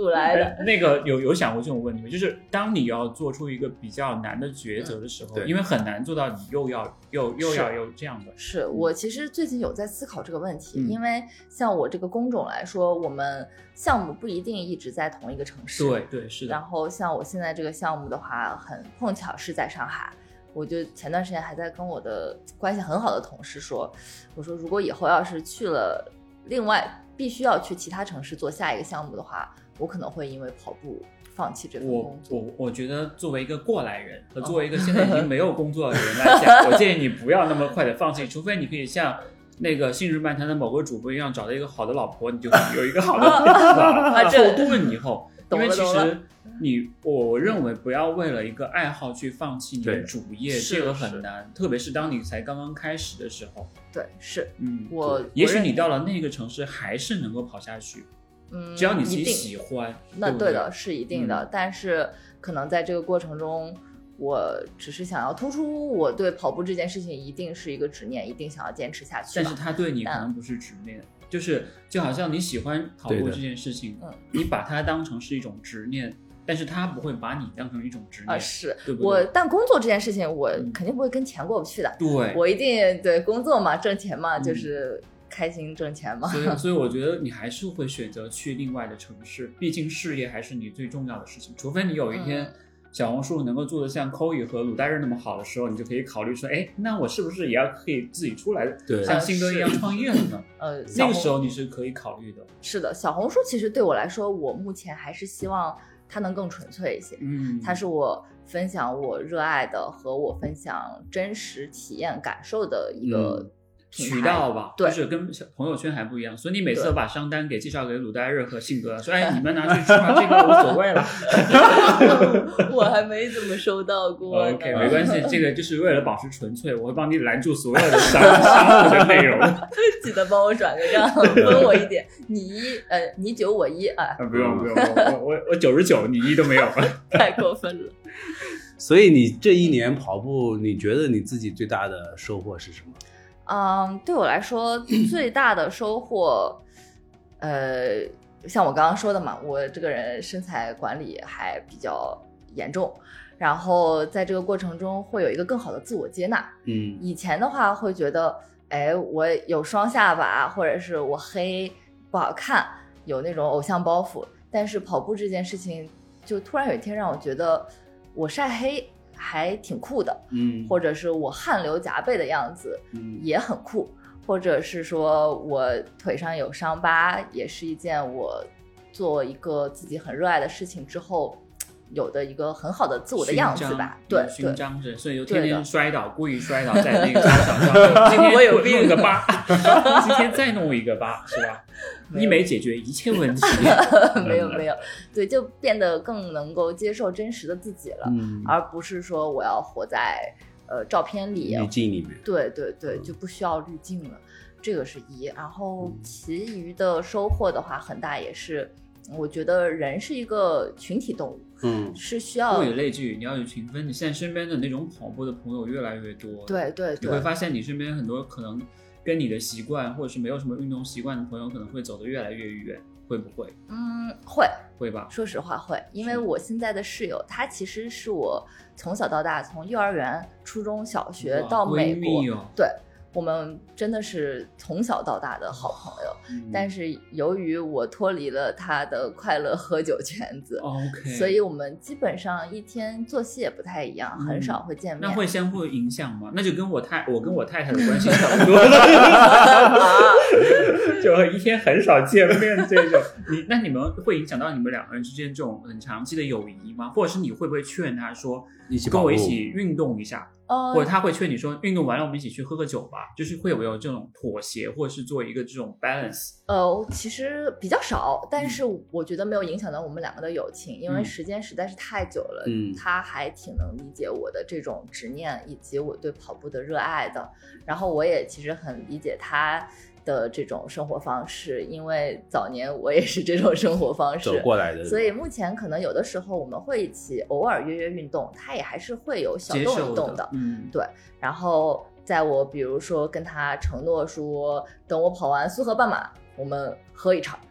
S3: 出来的。
S2: 哎、那个有有想过这种问题吗？就是当你要做出一个比较难的抉择的时候，嗯、因为很难做到你又要又又要有这样的。
S3: 是我其实最近有在思考这个问题，嗯、因为像我这个工种来说，我们项目不一定一直在同一个城市。
S2: 对对是的。
S3: 然后像我现在这个项目的话，很碰巧是在上海。我就前段时间还在跟我的关系很好的同事说，我说如果以后要是去了另外必须要去其他城市做下一个项目的话，我可能会因为跑步放弃这份工作。
S2: 我我我觉得作为一个过来人和作为一个现在已经没有工作的人来讲，哦、我建议你不要那么快的放弃，除非你可以像那个信日漫谈的某个主播一样找到一个好的老婆，你就有一个好的后盾以后，因为其实你我认为不要为了一个爱好去放弃你的主业，这个很难，特别是当你才刚刚开始的时候。
S3: 对，是，
S2: 嗯，
S3: 我
S2: 也许你到了那个城市还是能够跑下去，
S3: 嗯，
S2: 只要你自己喜欢。
S3: 那
S2: 对,
S3: 对的，是一定的，
S2: 嗯、
S3: 但是可能在这个过程中，我只是想要突出我对跑步这件事情一定是一个执念，一定想要坚持下去。
S2: 但是它对你可能不是执念。就是就好像你喜欢跑步这件事情，嗯，你把它当成是一种执念，但是它不会把你当成一种执念
S3: 啊，是
S2: 对不对？
S3: 我但工作这件事情，我肯定不会跟钱过不去的。
S2: 对，
S3: 我一定对工作嘛，挣钱嘛，嗯、就是开心挣钱嘛。
S2: 所以，所以我觉得你还是会选择去另外的城市，毕竟事业还是你最重要的事情。除非你有一天。嗯小红书能够做得像 Coy 和鲁代日那么好的时候，你就可以考虑说，哎，那我是不是也要可以自己出来像信哥一样创业了呢？呃，那个时候你是可以考虑的。
S3: 是的，小红书其实对我来说，我目前还是希望它能更纯粹一些。嗯，它是我分享我热爱的和我分享真实体验感受的一个。嗯
S2: 渠道吧，就是跟朋友圈还不一样，所以你每次都把商单给介绍给鲁代日和信哥，说哎，你们拿去出这个无所谓了。
S3: 我还没怎么收到过。
S2: OK， 没关系，这个就是为了保持纯粹，我会帮你拦住所有的商商务的内容。
S3: 记得帮我转个账，分我一点，你一呃，你九我一啊。
S2: 不用不用，我我我九十九，你一都没有，
S3: 太过分了。
S1: 所以你这一年跑步，你觉得你自己最大的收获是什么？
S3: 嗯，对我来说最大的收获，呃，像我刚刚说的嘛，我这个人身材管理还比较严重，然后在这个过程中会有一个更好的自我接纳。嗯，以前的话会觉得，哎，我有双下巴，或者是我黑不好看，有那种偶像包袱。但是跑步这件事情，就突然有一天让我觉得，我晒黑还挺酷的，嗯，或者是我汗流浃背的样子，嗯，也很酷，或者是说我腿上有伤疤，也是一件我做一个自己很热爱的事情之后有的一一个很好的自我的样子吧。对，
S2: 勋章是，所以就天天摔倒，故意摔倒在那个操场上，今天
S3: 我有病，
S2: 弄个疤，今天再弄一个疤，是吧？医美解决一切问题。
S3: 没有没有，对，就变得更能够接受真实的自己了，嗯，而不是说我要活在呃照片里
S1: 滤镜里面。
S3: 对对对，就不需要滤镜了，这个是一。然后其余的收获的话，很大也是。我觉得人是一个群体动物，嗯，是需要
S2: 物以类聚，你要有群分。你现在身边的那种跑步的朋友越来越多，
S3: 对对对，
S2: 你会发现你身边很多可能跟你的习惯或者是没有什么运动习惯的朋友，可能会走得越来越远，会不会？
S3: 嗯，会，
S2: 会吧？
S3: 说实话会，因为我现在的室友，他其实是我从小到大，从幼儿园、初中小学到美国，
S2: 哦、
S3: 对。我们真的是从小到大的好朋友，嗯、但是由于我脱离了他的快乐喝酒圈子，
S2: okay.
S3: 所以我们基本上一天作息也不太一样，嗯、很少会见面。
S2: 那会相互影响吗？那就跟我太我跟我太太的关系差不多，就一天很少见面这种。你那你们会影响到你们两个人之间这种很长期的友谊吗？或者是你会不会劝他说，一起跟我一起运动一下？
S3: 呃、
S2: 或者他会劝你说运动完了我们一起去喝个酒吧，就是会有没有这种妥协或者是做一个这种 balance？
S3: 呃，其实比较少，但是我觉得没有影响到我们两个的友情，嗯、因为时间实在是太久了，嗯，他还挺能理解我的这种执念以及我对跑步的热爱的，然后我也其实很理解他的这种生活方式，因为早年我也是这种生活方式
S1: 走过来的，
S3: 所以目前可能有的时候我们会一起偶尔约约运动，他也还是会有小动一动的，嗯，对。然后在我比如说跟他承诺说，等我跑完苏河半马，我们喝一场，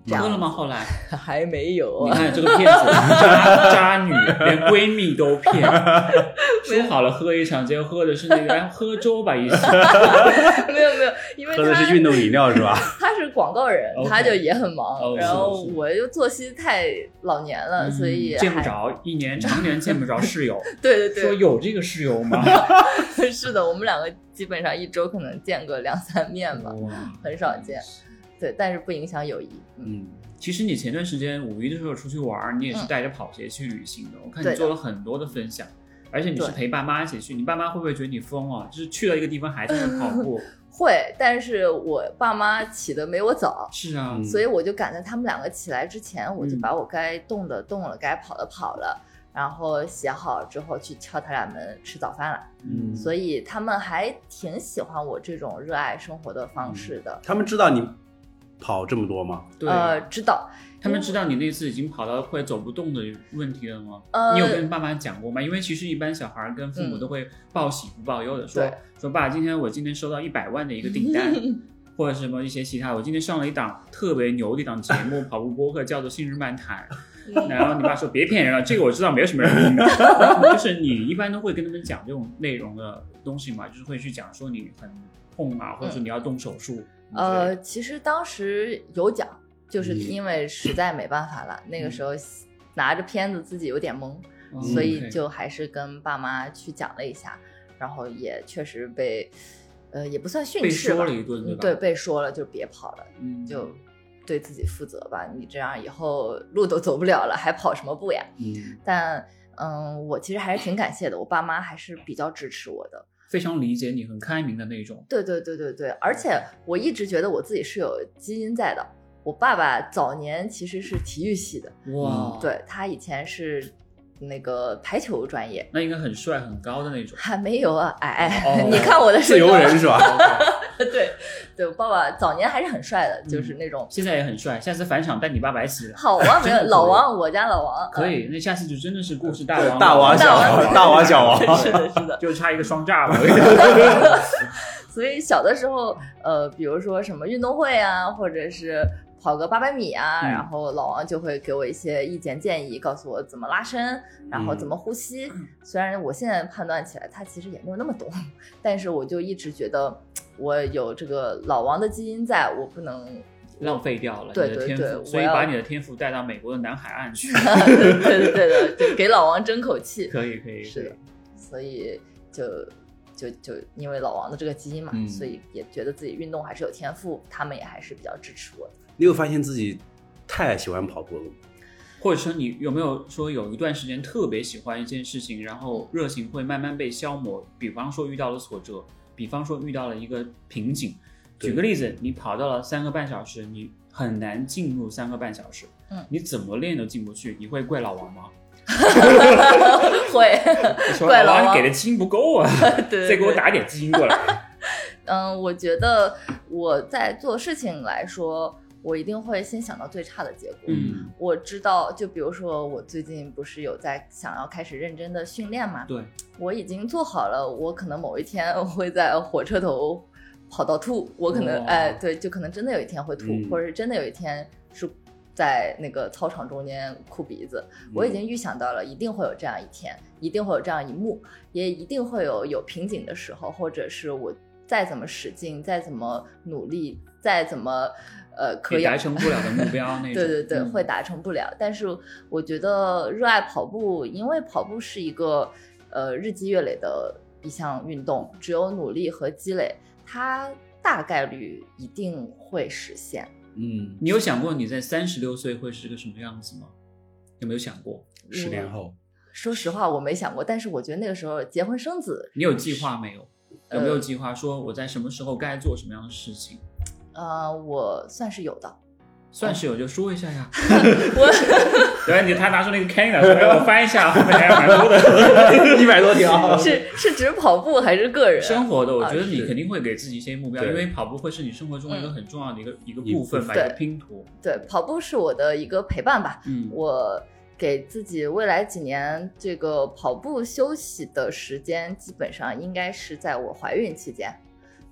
S2: 喝了吗？后来
S3: 还没有、
S2: 啊。你看这个骗子，渣渣女，连闺蜜都骗。说好了喝一场，结果喝的是那个，哎，喝粥吧一起。
S3: 没有没有，因为
S1: 喝的是运动饮料是吧？
S3: 他是广告人，
S2: okay.
S3: 他就也很忙，
S2: oh,
S3: 然后我又作息太老年了，
S2: 嗯、
S3: 所以
S2: 见不着，一年常年见不着室友。
S3: 对对对，
S2: 说有这个室友吗？
S3: 是的，我们两个基本上一周可能见个两三面吧，很少见。对，但是不影响友谊。
S2: 嗯，其实你前段时间五一的时候出去玩，你也是带着跑鞋去旅行的。嗯、我看你做了很多的分享，而且你是陪爸妈一起去，你爸妈会不会觉得你疯啊？就是去了一个地方还在那跑步？
S3: 会，但是我爸妈起的没我早，
S2: 是啊，
S3: 所以我就赶在他们两个起来之前，我就把我该动的动了，嗯、该跑的跑了。然后写好之后去敲他俩门吃早饭了，
S1: 嗯，
S3: 所以他们还挺喜欢我这种热爱生活的方式的。
S1: 嗯、他们知道你跑这么多吗？
S2: 对，
S3: 呃，知道。
S2: 他们知道你那次已经跑到快走不动的问题了吗？呃，你有跟爸妈讲过吗？因为其实一般小孩跟父母都会报喜不报忧的，嗯、说说爸，今天我今天收到一百万的一个订单。或者什么一些其他，我今天上了一档特别牛的一档节目，跑步播客叫做《信日漫谈》，然后你爸说别骗人了，这个我知道没有什么人听的。就是你一般都会跟他们讲这种内容的东西嘛，就是会去讲说你很痛啊，或者说你要动手术。
S3: 嗯、呃，其实当时有讲，就是因为实在没办法了，嗯、那个时候拿着片子自己有点懵，嗯、所以就还是跟爸妈去讲了一下，然后也确实被。呃，也不算训斥吧，
S2: 被说了一顿，对吧？
S3: 对，被说了就别跑了，
S2: 嗯，
S3: 就对自己负责吧。你这样以后路都走不了了，还跑什么步呀？
S1: 嗯，
S3: 但嗯，我其实还是挺感谢的，我爸妈还是比较支持我的，
S2: 非常理解你，很开明的那种。
S3: 对对对对对，而且我一直觉得我自己是有基因在的。我爸爸早年其实是体育系的，
S2: 哇，
S3: 对，他以前是。那个排球专业，
S2: 那应该很帅很高的那种，
S3: 还没有啊，矮、
S2: 哦、
S3: 你看我的
S1: 自由人是吧？
S3: 对对，我爸爸早年还是很帅的，嗯、就是那种，
S2: 现在也很帅。下次返场带你爸爸一起来。
S3: 好啊，没有老王，我家老王
S2: 可以。那下次就真的是故事大王，
S1: 大王小王，大王小王，
S3: 是的，是的，
S2: 就差一个双炸了。
S3: 所以小的时候，呃，比如说什么运动会啊，或者是。跑个八百米啊、嗯，然后老王就会给我一些意见建议，告诉我怎么拉伸，然后怎么呼吸。嗯、虽然我现在判断起来他其实也没有那么懂，但是我就一直觉得我有这个老王的基因在，我不能
S2: 浪费掉了
S3: 对
S2: 你的天赋，
S3: 对对对，
S2: 所以把你的天赋带到美国的南海岸去。
S3: 对对对的，就给老王争口气。
S2: 可以可以，
S3: 是的，所以就。就就因为老王的这个基因嘛、嗯，所以也觉得自己运动还是有天赋，他们也还是比较支持我的。
S1: 你有发现自己太喜欢跑步了吗？
S2: 或者说你有没有说有一段时间特别喜欢一件事情，然后热情会慢慢被消磨？比方说遇到了挫折，比方说遇到了一个瓶颈。举个例子，你跑到了三个半小时，你很难进入三个半小时，嗯，你怎么练都进不去，你会怪老王吗？
S3: 会，
S2: 怪老王，你给的基因不够啊，
S3: 对对对，
S2: 再给我打点基因过来。
S3: 嗯，我觉得我在做事情来说，我一定会先想到最差的结果。
S2: 嗯，
S3: 我知道，就比如说我最近不是有在想要开始认真的训练嘛？
S2: 对，
S3: 我已经做好了，我可能某一天会在火车头跑到吐，我可能哎，对，就可能真的有一天会吐，嗯、或者是真的有一天是。在那个操场中间哭鼻子，我已经预想到了，一定会有这样一天，一定会有这样一幕，也一定会有有瓶颈的时候，或者是我再怎么使劲，再怎么努力，再怎么呃可以
S2: 达成不了的目标那种，
S3: 对对对、
S2: 嗯，
S3: 会达成不了。但是我觉得热爱跑步，因为跑步是一个呃日积月累的一项运动，只有努力和积累，它大概率一定会实现。
S2: 嗯，你有想过你在三十六岁会是个什么样子吗？有没有想过？
S1: 十年后，
S3: 说实话我没想过，但是我觉得那个时候结婚生子，
S2: 你有计划没有？有没有计划说我在什么时候该做什么样的事情？
S3: 呃，我算是有的。
S2: 算是有就说一下呀。
S3: 我
S2: 对，你他拿出那个 Canada 说，哎，我翻一下，后面还有蛮多的，
S1: 一百多条。
S3: 是是指跑步还是个人？
S2: 生活的，我觉得你肯定会给自己一些目标，因为跑步会是你生活中一个很重要的一个、嗯、一个部分吧，一个拼图。
S3: 对，跑步是我的一个陪伴吧。
S2: 嗯，
S3: 我给自己未来几年这个跑步休息的时间，基本上应该是在我怀孕期间。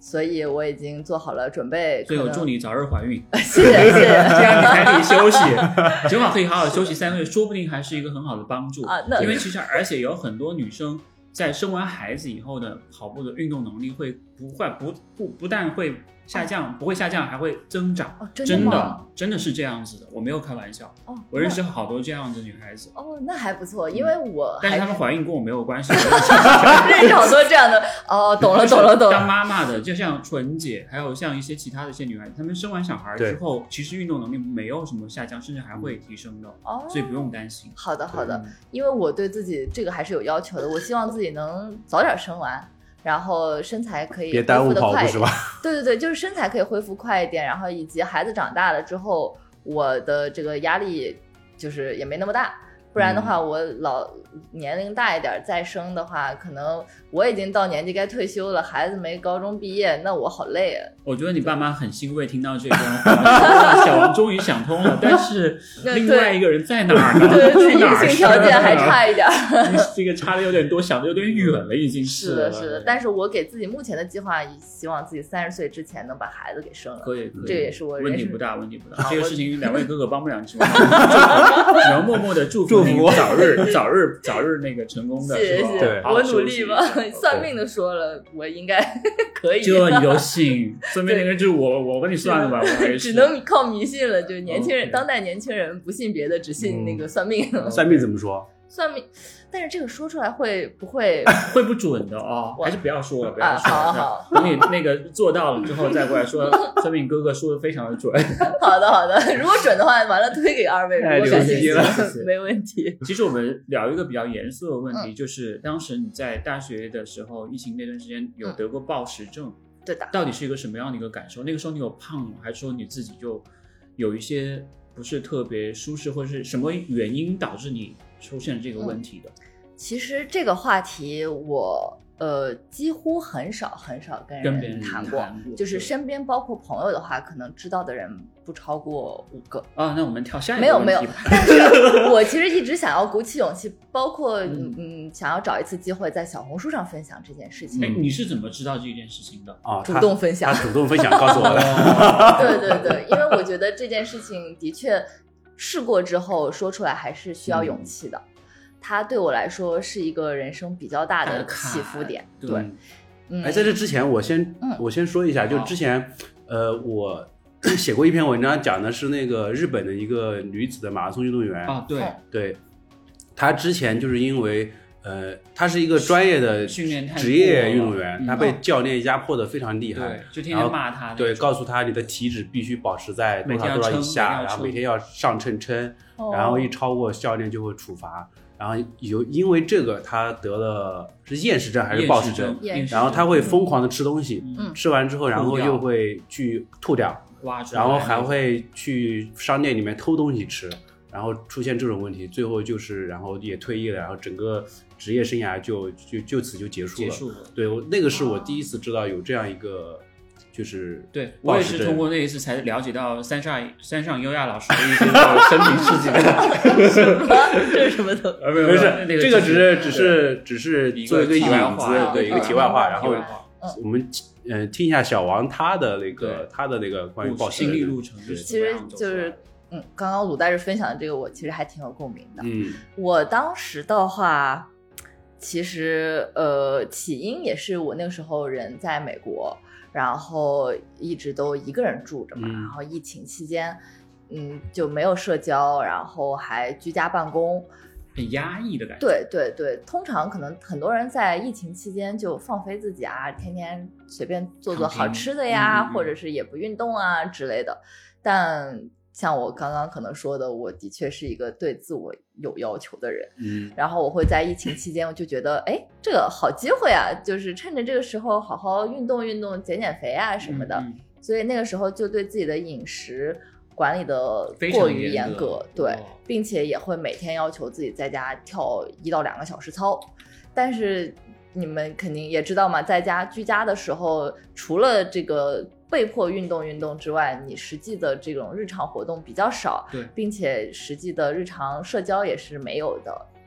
S3: 所以我已经做好了准备。
S2: 所以我祝你早日怀孕。
S3: 谢谢谢谢，
S2: 这样你才可以休息，正好可以好好休息三个月，说不定还是一个很好的帮助
S3: 啊。那
S2: 因为其实而且有很多女生在生完孩子以后的跑步的运动能力会不会不不不但会下降，哦、不会下降，还会增长。
S3: 哦、真
S2: 的真
S3: 的
S2: 真的是这样子的，我没有开玩笑。
S3: 哦，
S2: 我认识好多这样的女孩子。
S3: 哦，那还不错，因为我、嗯、
S2: 但是她们怀孕跟我没有关系。
S3: 认识好多这样的。哦，懂了懂了懂了。
S2: 当妈妈的，就像纯姐，还有像一些其他的一些女孩子，她们生完小孩之后，其实运动能力没有什么下降，甚至还会提升的。哦，所以不用担心。
S3: 好的好的，因为我对自己这个还是有要求的，我希望自己能早点生完。然后身材可以恢复得快一点，对对对，就是身材可以恢复快一点，然后以及孩子长大了之后，我的这个压力就是也没那么大，不然的话，我老年龄大一点再生的话，可能我已经到年纪该退休了，孩子没高中毕业，那我好累啊。
S2: 我觉得你爸妈很欣慰听到这段话，小王终于想通了，但是另外一个人在哪儿呢？
S3: 对，硬性条件还差一点，
S2: 这个差的有点多，想的有点远了，已经
S3: 是的，是的。但是我给自己目前的计划，希望自己三十岁之前能把孩子给生了。
S2: 可以，可以，
S3: 这个也是我
S2: 问题不大，问题不大。这个事情两位哥哥帮不了你，只能默默的祝福你早日、早日、早日那个成功的。
S3: 谢谢，
S2: 对，
S3: 我努力吧。算命的说了，我应该可以。
S2: 这你都信？说明那个就是我，我跟你算的吧，我还是
S3: 只能靠迷信了。就是年轻人，当代年轻人不信别的，只信那个算命。
S1: 算命怎么说？
S3: 算命，但是这个说出来会不会
S2: 会不准的哦？还是不要说了，不要说了。
S3: 啊、好好，
S2: 等你那个做到了之后再过来说，算命哥哥说的非常的准。
S3: 好的好的，如果准的话，完了推给二位，如果感兴趣了，没问题。
S2: 其实我们聊一个比较严肃的问题，
S3: 嗯、
S2: 就是当时你在大学的时候，疫情那段时间有得过暴食症。嗯
S3: 对的，
S2: 到底是一个什么样的一个感受？那个时候你有胖吗？还是说你自己就有一些不是特别舒适，或者是什么原因导致你出现这个问题的？
S3: 嗯、其实这个话题我呃几乎很少很少跟人谈过，就是身边包括朋友的话，可能知道的人不超过五个。
S2: 啊，那我们跳下一个问题吧。
S3: 没有没有，但是我其实一直想要鼓起勇气，包括嗯嗯想要找一次机会在小红书上分享这件事情。
S2: 哎，你是怎么知道这件事情的？
S1: 啊，
S3: 主动分享，
S1: 他主动分享告诉我的。
S3: 对对对，因为我觉得这件事情的确试过之后说出来还是需要勇气的。嗯，它对我来说是一个人生比较大的起伏点。对，对
S1: 嗯，哎，在这之前我先、嗯、我先说一下，就之前呃我写过一篇文章，讲的是那个日本的一个女子的马拉松运动员
S2: 啊，对
S1: 对，她之前就是因为呃她是一个专业的
S2: 训练
S1: 职业运动员，
S2: 嗯、
S1: 她被教练压迫的非常厉害，
S2: 对，就天天骂她，
S1: 对，告诉她你的体脂必须保持在多少多少以下，然后每天要上称称，
S3: 哦、
S1: 然后一超过教练就会处罚。然后有因为这个他得了是厌食症还是暴食症，然后他会疯狂的吃东西，
S3: 嗯、
S1: 吃完之后然后又会去吐掉，然后还会去商店里面偷东西吃，然后出现这种问题，最后就是然后也退役了，然后整个职业生涯就就就此就结束了。
S2: 结束了。
S1: 对，我那个是我第一次知道有这样一个。就是
S2: 对我也是通过那一次才了解到山上山上优亚老师的一些生平事迹的。
S3: 什么？这是什么的？
S1: 没有没事，这个只是只是只是做一个引子，对一个题外话。然后我们呃听一下小王他的那个他的那个关于暴食
S2: 心理路程，
S3: 其实就是嗯，刚刚鲁大师分享的这个，我其实还挺有共鸣的。
S1: 嗯，
S3: 我当时的话，其实呃起因也是我那个时候人在美国。然后一直都一个人住着嘛，
S1: 嗯、
S3: 然后疫情期间，嗯，就没有社交，然后还居家办公，
S2: 很压抑的感觉。
S3: 对对对，通常可能很多人在疫情期间就放飞自己啊，天天随便做做好吃的呀，
S2: 嗯、
S3: 或者是也不运动啊之类的。但像我刚刚可能说的，我的确是一个对自我有要求的人，
S1: 嗯，
S3: 然后我会在疫情期间，我就觉得，哎，这个好机会啊，就是趁着这个时候好好运动运动、减减肥啊什么的，
S2: 嗯嗯、
S3: 所以那个时候就对自己的饮食管理的过于严格，对，
S2: 哦、
S3: 并且也会每天要求自己在家跳一到两个小时操，但是你们肯定也知道嘛，在家居家的时候，除了这个被迫运动运动之外，你实际的这种日常活动比较少，
S2: 对，
S3: 并且实际的日常社交也是没有的。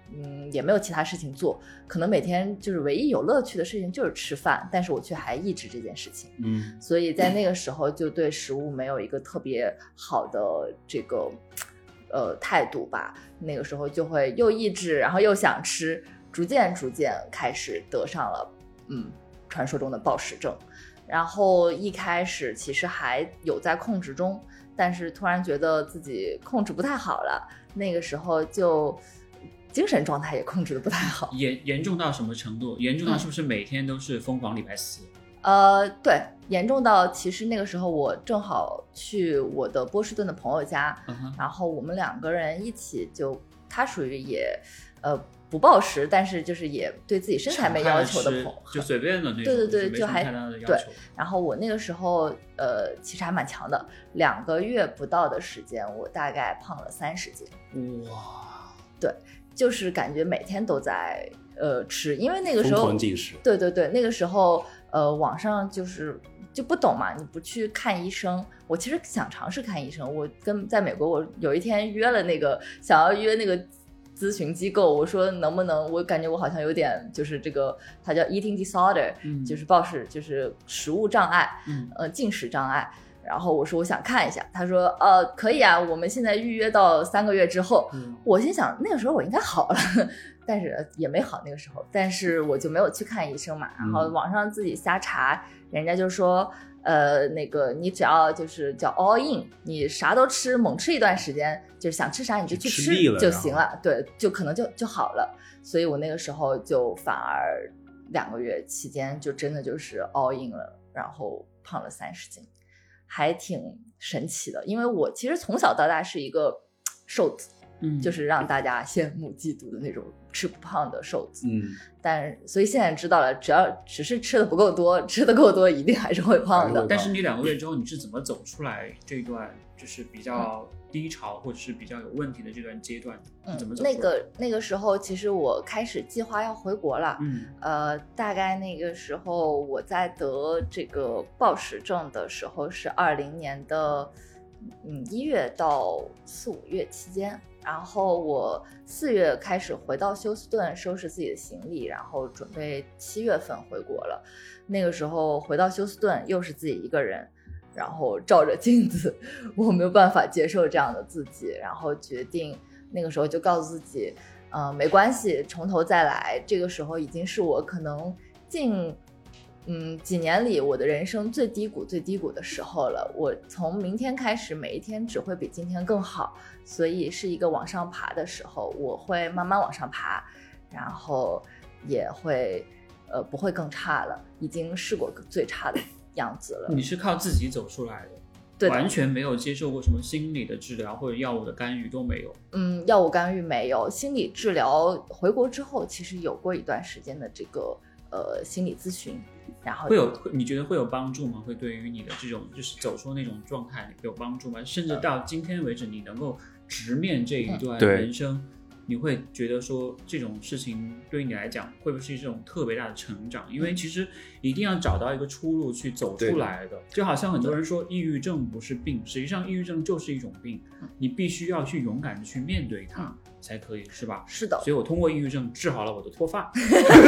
S3: 嗯，也没有其他事情做，可能每天就是唯一有乐趣的事情就是吃饭，但是我却还抑制这件事情。
S1: 嗯，
S3: 所以在那个时候就对食物没有一个特别好的这个呃态度吧。那个时候就会又抑制，然后又想吃，逐渐逐渐开始得上了嗯传说中的暴食症。然后一开始其实还有在控制中，但是突然觉得自己控制不太好了，那个时候就精神状态也控制的不太好。
S2: 严严重到什么程度？严重到是不是每天都是疯狂礼拜四？
S3: 嗯、呃，对，严重到其实那个时候我正好去我的波士顿的朋友家，
S2: 嗯、
S3: 然后我们两个人一起就，他属于也呃不暴食，但是就是也对自己身材没要求的朋友，
S2: 就随便的那种，
S3: 对对对，
S2: 就
S3: 就还
S2: 对。
S3: 然后我那个时候呃其实还蛮强的，两个月不到的时间，我大概胖了三十斤。
S2: 哇，
S3: 对，就是感觉每天都在呃吃，因为那个时候
S1: 疯狂进食。
S3: 对对对，那个时候呃网上就是就不懂嘛，你不去看医生。我其实想尝试看医生，我跟在美国，我有一天约了那个想要约那个咨询机构，我说能不能，我感觉我好像有点就是这个，它叫 eating disorder，、嗯、就是暴食，就是食物障碍，
S2: 嗯，
S3: 呃，进食障碍。然后我说我想看一下，他说呃可以啊，我们现在预约到三个月之后。嗯、我心想那个时候我应该好了，但是也没好那个时候，但是我就没有去看医生嘛，然后网上自己瞎查，人家就说呃那个你只要就是叫 all in， 你啥都吃，猛吃一段时间，就是想吃啥你就去吃就行了，对，就可能就就好了。所以我那个时候就反而两个月期间就真的就是 all in 了，然后胖了三十斤。还挺神奇的，因为我其实从小到大是一个瘦子，
S2: 嗯，
S3: 就是让大家羡慕嫉妒的那种吃不胖的瘦子，
S1: 嗯，
S3: 但所以现在知道了，只要只是吃的不够多，吃的够多，一定还是会胖的。
S2: 但是你两个月之后，你是怎么走出来这段就是比较低潮、嗯、或者是比较有问题的这段阶段？
S3: 嗯，
S2: 怎么走出来？
S3: 那个那个时候，其实我开始计划要回国了。
S2: 嗯，
S3: 呃，大概那个时候我在得这个暴食症的时候是二零年的嗯一月到四五月期间。然后我四月开始回到休斯顿收拾自己的行李，然后准备七月份回国了。那个时候回到休斯顿又是自己一个人，然后照着镜子，我没有办法接受这样的自己，然后决定那个时候就告诉自己，呃，没关系，从头再来。这个时候已经是我可能近嗯几年里我的人生最低谷最低谷的时候了。我从明天开始每一天只会比今天更好，所以是一个往上爬的时候，我会慢慢往上爬，然后也会呃不会更差了，已经试过最差的样子了。
S2: 你是靠自己走出来的？
S3: 对，
S2: 完全没有接受过什么心理的治疗或者药物的干预都没有。
S3: 嗯，药物干预没有，心理治疗回国之后其实有过一段时间的这个呃心理咨询，然后
S2: 会有你觉得会有帮助吗？会对于你的这种就是走出那种状态有帮助吗？甚至到今天为止，你能够直面这一段人生，嗯、你会觉得说这种事情对于你来讲会不会是一种特别大的成长？因为其实一定要找到一个出路去走出来的。就好像很多人说抑郁症不是病，实际上抑郁症就是一种病，你必须要去勇敢的去面对它。嗯才可以，是吧？
S3: 是的，
S2: 所以我通过抑郁症治好了我的脱发。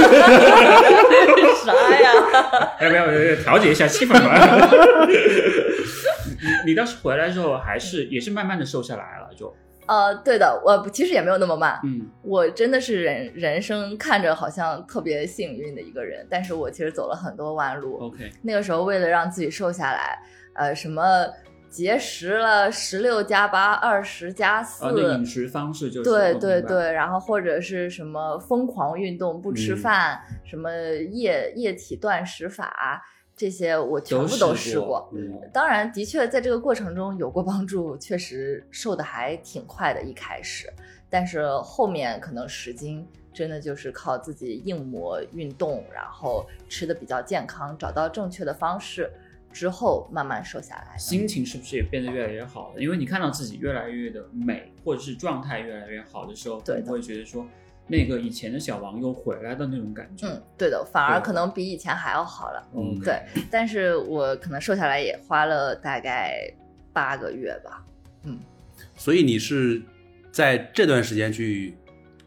S3: 啥呀？
S2: 要不要调节一下气氛吧？你你当时回来之后，还是也是慢慢的瘦下来了，就
S3: 呃，对的，我其实也没有那么慢。
S2: 嗯，
S3: 我真的是人人生看着好像特别幸运的一个人，但是我其实走了很多弯路。
S2: OK，
S3: 那个时候为了让自己瘦下来，呃，什么。节食了十六加八二十加四，
S2: 啊，那饮食方式就是
S3: 对对对，然后或者是什么疯狂运动不吃饭，嗯、什么液液体断食法，这些我全部都试过。
S2: 嗯、
S3: 当然，的确在这个过程中有过帮助，确实瘦的还挺快的，一开始，但是后面可能十斤真的就是靠自己硬磨运动，然后吃的比较健康，找到正确的方式。之后慢慢瘦下来，
S2: 心情是不是也变得越来越好了？因为你看到自己越来越的美，或者是状态越来越好的时候，
S3: 对，
S2: 你会觉得说那个以前的小王又回来的那种感觉。
S3: 嗯，对的，反而可能比以前还要好了。
S2: 嗯，
S3: 对。但是我可能瘦下来也花了大概八个月吧。嗯，
S1: 所以你是在这段时间去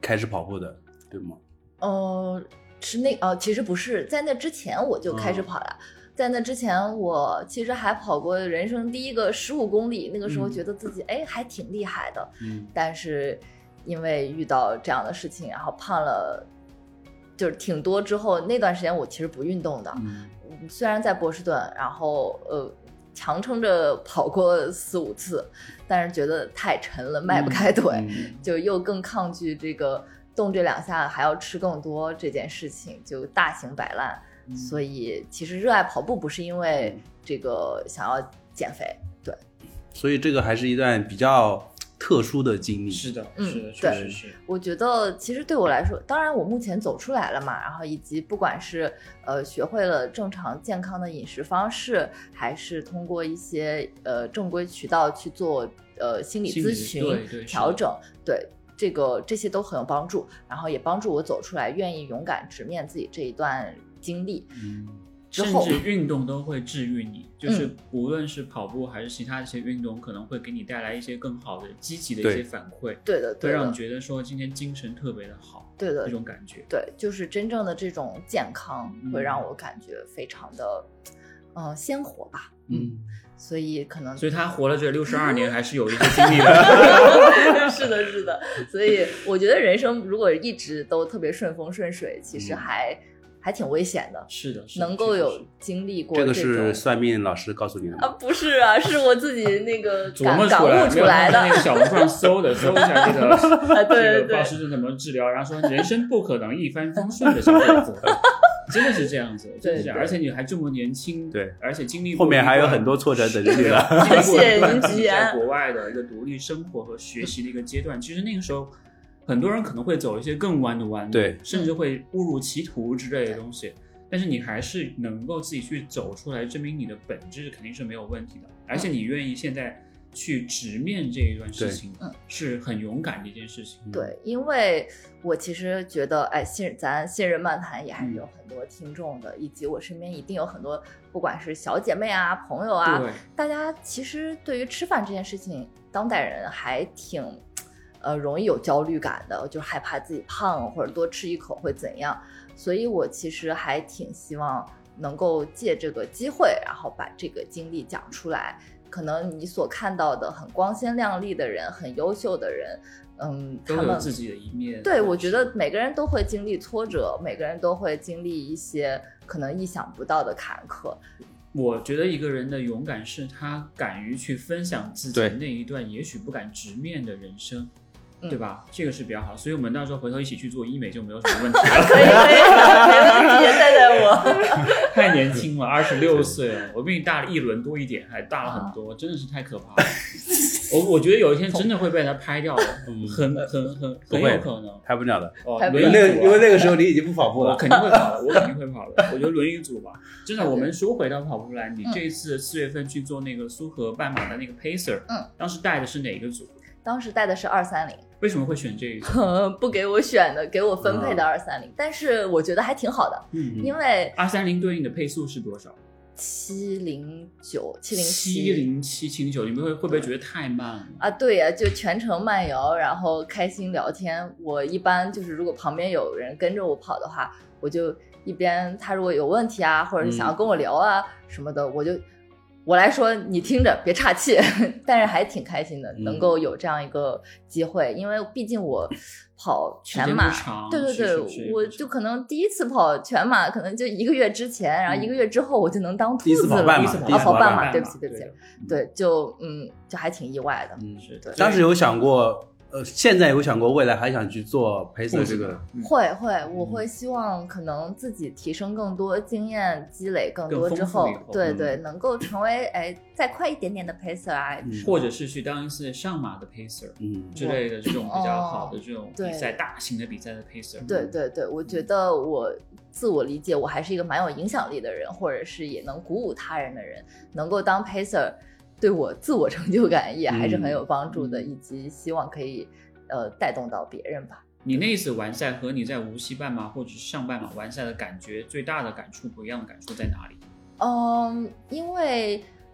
S1: 开始跑步的，对吗？
S3: 呃，是那呃，其实不是，在那之前我就开始跑了。嗯，在那之前，我其实还跑过人生第一个十五公里，那个时候觉得自己、嗯、哎还挺厉害的，嗯，但是因为遇到这样的事情，然后胖了，就是挺多之后，那段时间我其实不运动的，嗯，虽然在波士顿，然后呃强撑着跑过四五次，但是觉得太沉了，迈不开腿，嗯、就又更抗拒这个动这两下还要吃更多这件事情，就大型摆烂。所以其实热爱跑步不是因为这个想要减肥，对，
S1: 所以这个还是一段比较特殊的经历。
S2: 是的，
S3: 嗯，
S2: 是的，确实是。
S3: 我觉得其实对我来说，当然我目前走出来了嘛，然后以及不管是呃学会了正常健康的饮食方式，还是通过一些呃正规渠道去做呃心理咨询
S2: 对对
S3: 调整，对。这个这些都很有帮助，然后也帮助我走出来，愿意勇敢直面自己这一段经历。
S2: 嗯，甚至运动都会治愈你，就是无论是跑步还是其他一些运动，可能会给你带来一些更好的、积极的一些反馈。
S3: 对的，对的，
S2: 会让你觉得说今天精神特别的好。
S3: 对的，
S2: 这种感觉。
S3: 对，就是真正的这种健康，会让我感觉非常的，嗯、呃，鲜活吧。嗯。所以可能，
S2: 所以他活了这六十二年，还是有一些经历的。
S3: 是的，是的。所以我觉得人生如果一直都特别顺风顺水，其实还、嗯、还挺危险的。
S2: 是的，是
S3: 的，能够有经历过
S1: 这个是算命老师告诉你的吗？
S3: 啊，不是啊，是我自己那个
S2: 琢磨
S3: 出来，出来的。
S2: 那个小红书上搜的，搜一下这个
S3: 啊，对对对，
S2: 这个鲍师是怎么治疗，然后说人生不可能一帆风顺的小伙子。真的是这样子，真的是这样，而且你还这么年轻，
S1: 对，
S2: 而且经历过
S1: 后面还有很多挫折等着你了。
S3: 谢谢您吉言。
S2: 在国外的一个独立生活和学习的一个阶段，其实那个时候，很多人可能会走一些更弯的弯路，
S1: 对，
S2: 甚至会误入歧途之类的东西。但是你还是能够自己去走出来，证明你的本质肯定是没有问题的，而且你愿意现在去直面这一段事情，是很勇敢的一件事情。
S3: 对，因为我其实觉得，哎，信咱信任漫谈也还是有很多听众的，嗯、以及我身边一定有很多，不管是小姐妹啊、朋友啊，大家其实对于吃饭这件事情，当代人还挺，呃，容易有焦虑感的，就害怕自己胖或者多吃一口会怎样。所以我其实还挺希望能够借这个机会，然后把这个经历讲出来。可能你所看到的很光鲜亮丽的人，很优秀的人，嗯，
S2: 都有自己的一面。
S3: 对，我觉得每个人都会经历挫折，每个人都会经历一些可能意想不到的坎坷。
S2: 我觉得一个人的勇敢是他敢于去分享自己那一段也许不敢直面的人生。对吧？这个是比较好，所以我们到时候回头一起去做医美就没有什么问题了。
S3: 可以可以，没问题，带带我。
S2: 太年轻了，二十六岁了，我比你大了一轮多一点，还大了很多，啊、真的是太可怕了。我我觉得有一天真的会被他拍掉的，嗯、很很很很有可能
S1: 拍不了的。
S2: 哦，
S3: 因
S1: 为那个因为那个时候你已经不跑步了，
S2: 我肯定会跑的，我肯定会跑的。我觉得轮椅组吧，真的。我们说回到跑步来，你这一次四月份去做那个苏荷半马的那个 Pacer， 嗯，当时带的是哪个组？
S3: 当时带的是二三零。
S2: 为什么会选这一组？
S3: 不给我选的，给我分配的二三零，但是我觉得还挺好的，嗯，因为
S2: 二三零对应的配速是多少？
S3: 七零九，七零七，
S2: 七零七，七零九，你们会会不会觉得太慢了
S3: 啊？对呀、啊，就全程慢摇，然后开心聊天。我一般就是如果旁边有人跟着我跑的话，我就一边他如果有问题啊，或者是想要跟我聊啊、嗯、什么的，我就。我来说你听着别岔气，但是还挺开心的、嗯、能够有这样一个机会，因为毕竟我跑全马，对对对，我就可能第一次跑全马可能就一个月之前、嗯、然后一个月之后我就能当兔子了，
S1: 第一次跑半马，
S3: 跑半马，对不起对不起，对，就嗯就还挺意外的。
S1: 嗯，是的。当时有想过呃，现在有想过未来还想去做Pacer这个？
S3: 会会，我会希望可能自己提升更多经验，积累更多之后，对对，能够成为哎再快一点点的Pacer啊、嗯，
S2: 或者是去当一次上马的Pacer，嗯之类的这种比较好的这种比赛，大型的比赛的Pacer。
S3: 对对对，我觉得我自我理解，我还是一个蛮有影响力的人，或者是也能鼓舞他人的人，能够当Pacer。对我自我成就感也还是很有帮助的、嗯、以及希望可以呃带动到别人吧。
S2: 你那一次完赛和你在无锡半马或者是上半马完赛的感觉最大的感触不一样的感触在哪里？
S3: 嗯，因为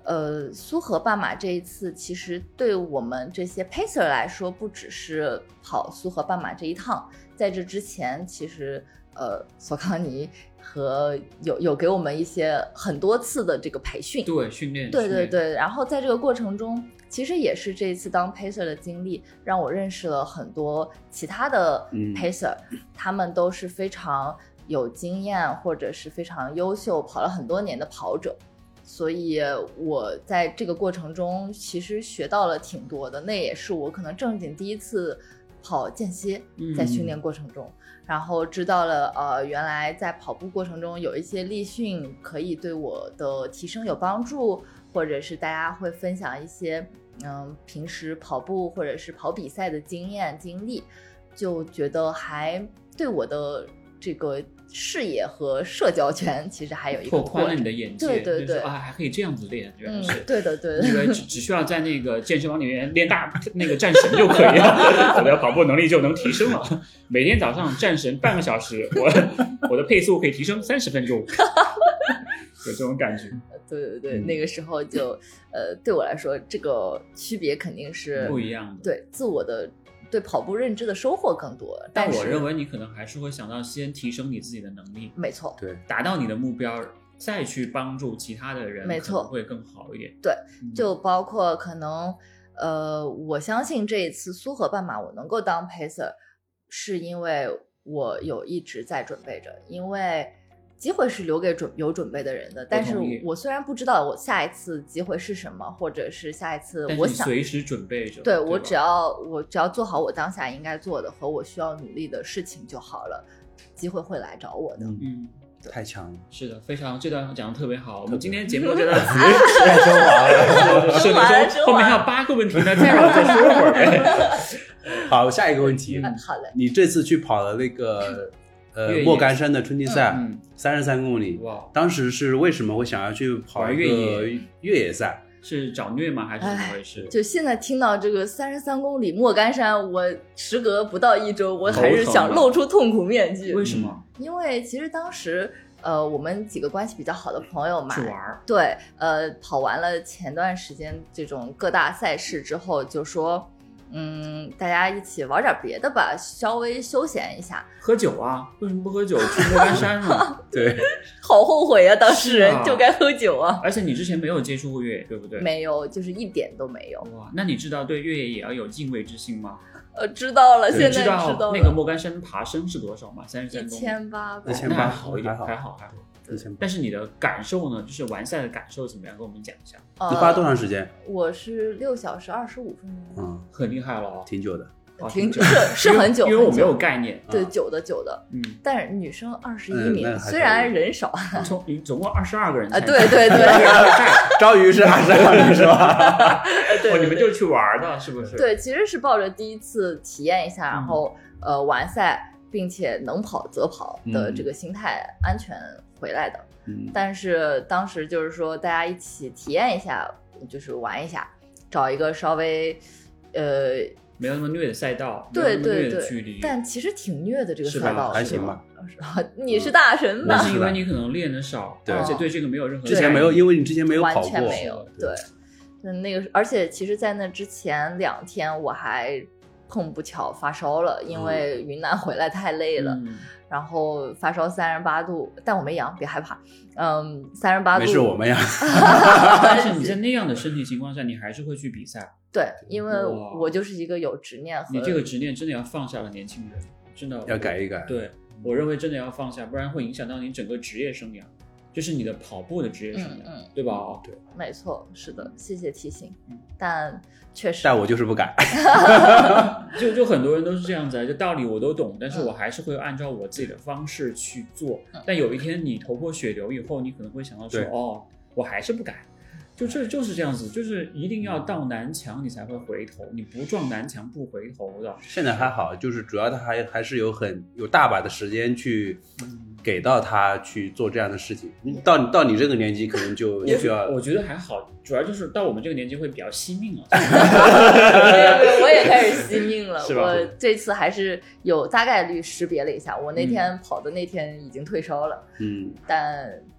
S3: 呃，苏荷半马这一次其实对我们这些 pacer 来说，不只是跑苏荷半马这一趟，在这之前，其实呃，索康尼和有有给我们一些很多次的这个培训，
S2: 对训练，
S3: 对对对。然后在这个过程中，其实也是这一次当 pacer 的经历，让我认识了很多其他的 pacer，、嗯、他们都是非常有经验或者是非常优秀，跑了很多年的跑者。所以我在这个过程中其实学到了挺多的，那也是我可能正经第一次跑间歇，在训练过程中、嗯、然后知道了呃，原来在跑步过程中有一些力训可以对我的提升有帮助，或者是大家会分享一些嗯平时跑步或者是跑比赛的经验经历，就觉得还对我的这个视野和社交圈其实还有一个
S2: 拓宽了你的眼界，
S3: 对对对，
S2: 啊，还可以这样子练，原来是、
S3: 嗯、对的对的，
S2: 那个只只需要在那个健身房里面练大那个战神就可以了，我的跑步能力就能提升了。每天早上战神半个小时，我我的配速可以提升三十分钟，有这种感觉。
S3: 对对对、嗯，那个时候就呃，对我来说，这个区别肯定是
S2: 不一样的，
S3: 对自我的。对跑步认知的收获更多，
S2: 但我认为你可能还是会想到先提升你自己的能力，
S3: 没错，
S1: 对，
S2: 达到你的目标，再去帮助其他的人，
S3: 没错，
S2: 会更好一点。
S3: 对、嗯，就包括可能，呃，我相信这一次苏荷半马我能够当 pacer， 是因为我有一直在准备着，因为机会是留给准有准备的人的，但是我虽然不知道我下一次机会是什么，或者是下一次我想
S2: 随时准备着，
S3: 对，对我只要我只要做好我当下应该做的和我需要努力的事情就好了，机会会来找我的。
S2: 嗯，
S1: 太强了，
S2: 是的，非常这段讲的特别好。我们今天节目这段词
S1: 太升华了，
S2: 升华后面还有八个问题呢，再让我再说会儿。
S1: 好，下一个问题，
S3: 嗯、好嘞，
S1: 你这次去跑的那个。呃，莫干山的春季赛，三十三公里，哇！当时是为什么会想要去跑一个越野赛？
S2: 是找虐吗？还是怎么回事？
S3: 就现在听到这个三十三公里莫干山，我时隔不到一周，我还是想露出痛苦面具。
S2: 为什么？
S3: 因为其实当时，呃，我们几个关系比较好的朋友嘛，
S2: 去玩，
S3: 对，呃，跑完了前段时间这种各大赛事之后，就说。嗯，大家一起玩点别的吧，稍微休闲一下。
S2: 喝酒啊？为什么不喝酒？去莫干山呢？
S1: 对，
S3: 好后悔啊！当事人就该喝酒啊。
S2: 而且你之前没有接触过越野，对不对？
S3: 没有，就是一点都没有。
S2: 哇，那你知道对越野也要有敬畏之心吗？
S3: 呃，知道了，现在
S2: 知道
S3: 了。
S2: 那个莫干山爬升是多少吗？三十三公里，
S3: 一千八，
S1: 一千八
S2: 好一点，还好还好。但是你的感受呢？就是完赛的感受怎么样？跟我们讲一下。
S3: 呃、
S1: 你花多长时间？
S3: 我是六小时二十五分钟。
S1: 嗯，
S2: 很厉害了、哦，
S1: 挺久的，
S3: 哦、挺久是是很久，
S2: 因为我没有概念。
S3: 对，久的久的，
S2: 嗯。
S3: 但是女生二十一名、嗯，虽然人少，
S2: 总总共二十二个人
S3: 啊，对对对。
S1: 章鱼是二十二名是吧？
S3: 对, 对, 对、
S2: 哦，你们就去玩的，是不是？
S3: 对，其实是抱着第一次体验一下，然后、嗯、呃完赛，并且能跑则跑的这个心态，安全回来的。
S1: 嗯，
S3: 但是当时就是说大家一起体验一下，就是玩一下，找一个稍微呃
S2: 没有那么虐的赛道，
S3: 对对
S2: 对距离，
S3: 但其实挺虐的这个赛道，
S1: 还行吧？
S3: 你是大神吧？
S2: 那是因为你可能练得少，对，而且对这个没有任何
S1: 之前没有，因为你之前没有跑过，
S3: 完全没有。对，嗯，那个而且其实，在那之前两天我还碰不巧发烧了，因为云南回来太累了。
S2: 嗯，
S3: 然后发烧三十八度，但我没阳，别害怕。嗯，三十八度，
S1: 没事，我们阳。
S2: 但是你在那样的身体情况下，你还是会去比赛。
S3: 对，因为我就是一个有执念和
S2: 你这个执念真的要放下了，年轻人真的
S1: 要改一改。
S2: 对，我认为真的要放下，不然会影响到你整个职业生涯，就是你的跑步的职业生涯，
S3: 嗯嗯、
S2: 对吧？
S1: 对，
S3: 没错，是的，谢谢提醒。嗯、但确实，
S1: 但我就是不敢。
S2: 就就很多人都是这样子啊，就道理我都懂，但是我还是会按照我自己的方式去做。嗯、但有一天你头破血流以后，你可能会想到说，哦，我还是不敢。就这就是这样子，就是一定要到南墙你才会回头，你不撞南墙不回头的。
S1: 现在还好，就是主要他还还是有很有大把的时间去给到他去做这样的事情。到到你这个年纪，可能就需要。
S2: 我觉得还好，主要就是到我们这个年纪会比较惜命了。
S3: 我也开始惜命了，我这次还是有大概率识别了一下，我那天跑的那天已经退烧了，
S1: 嗯，
S3: 但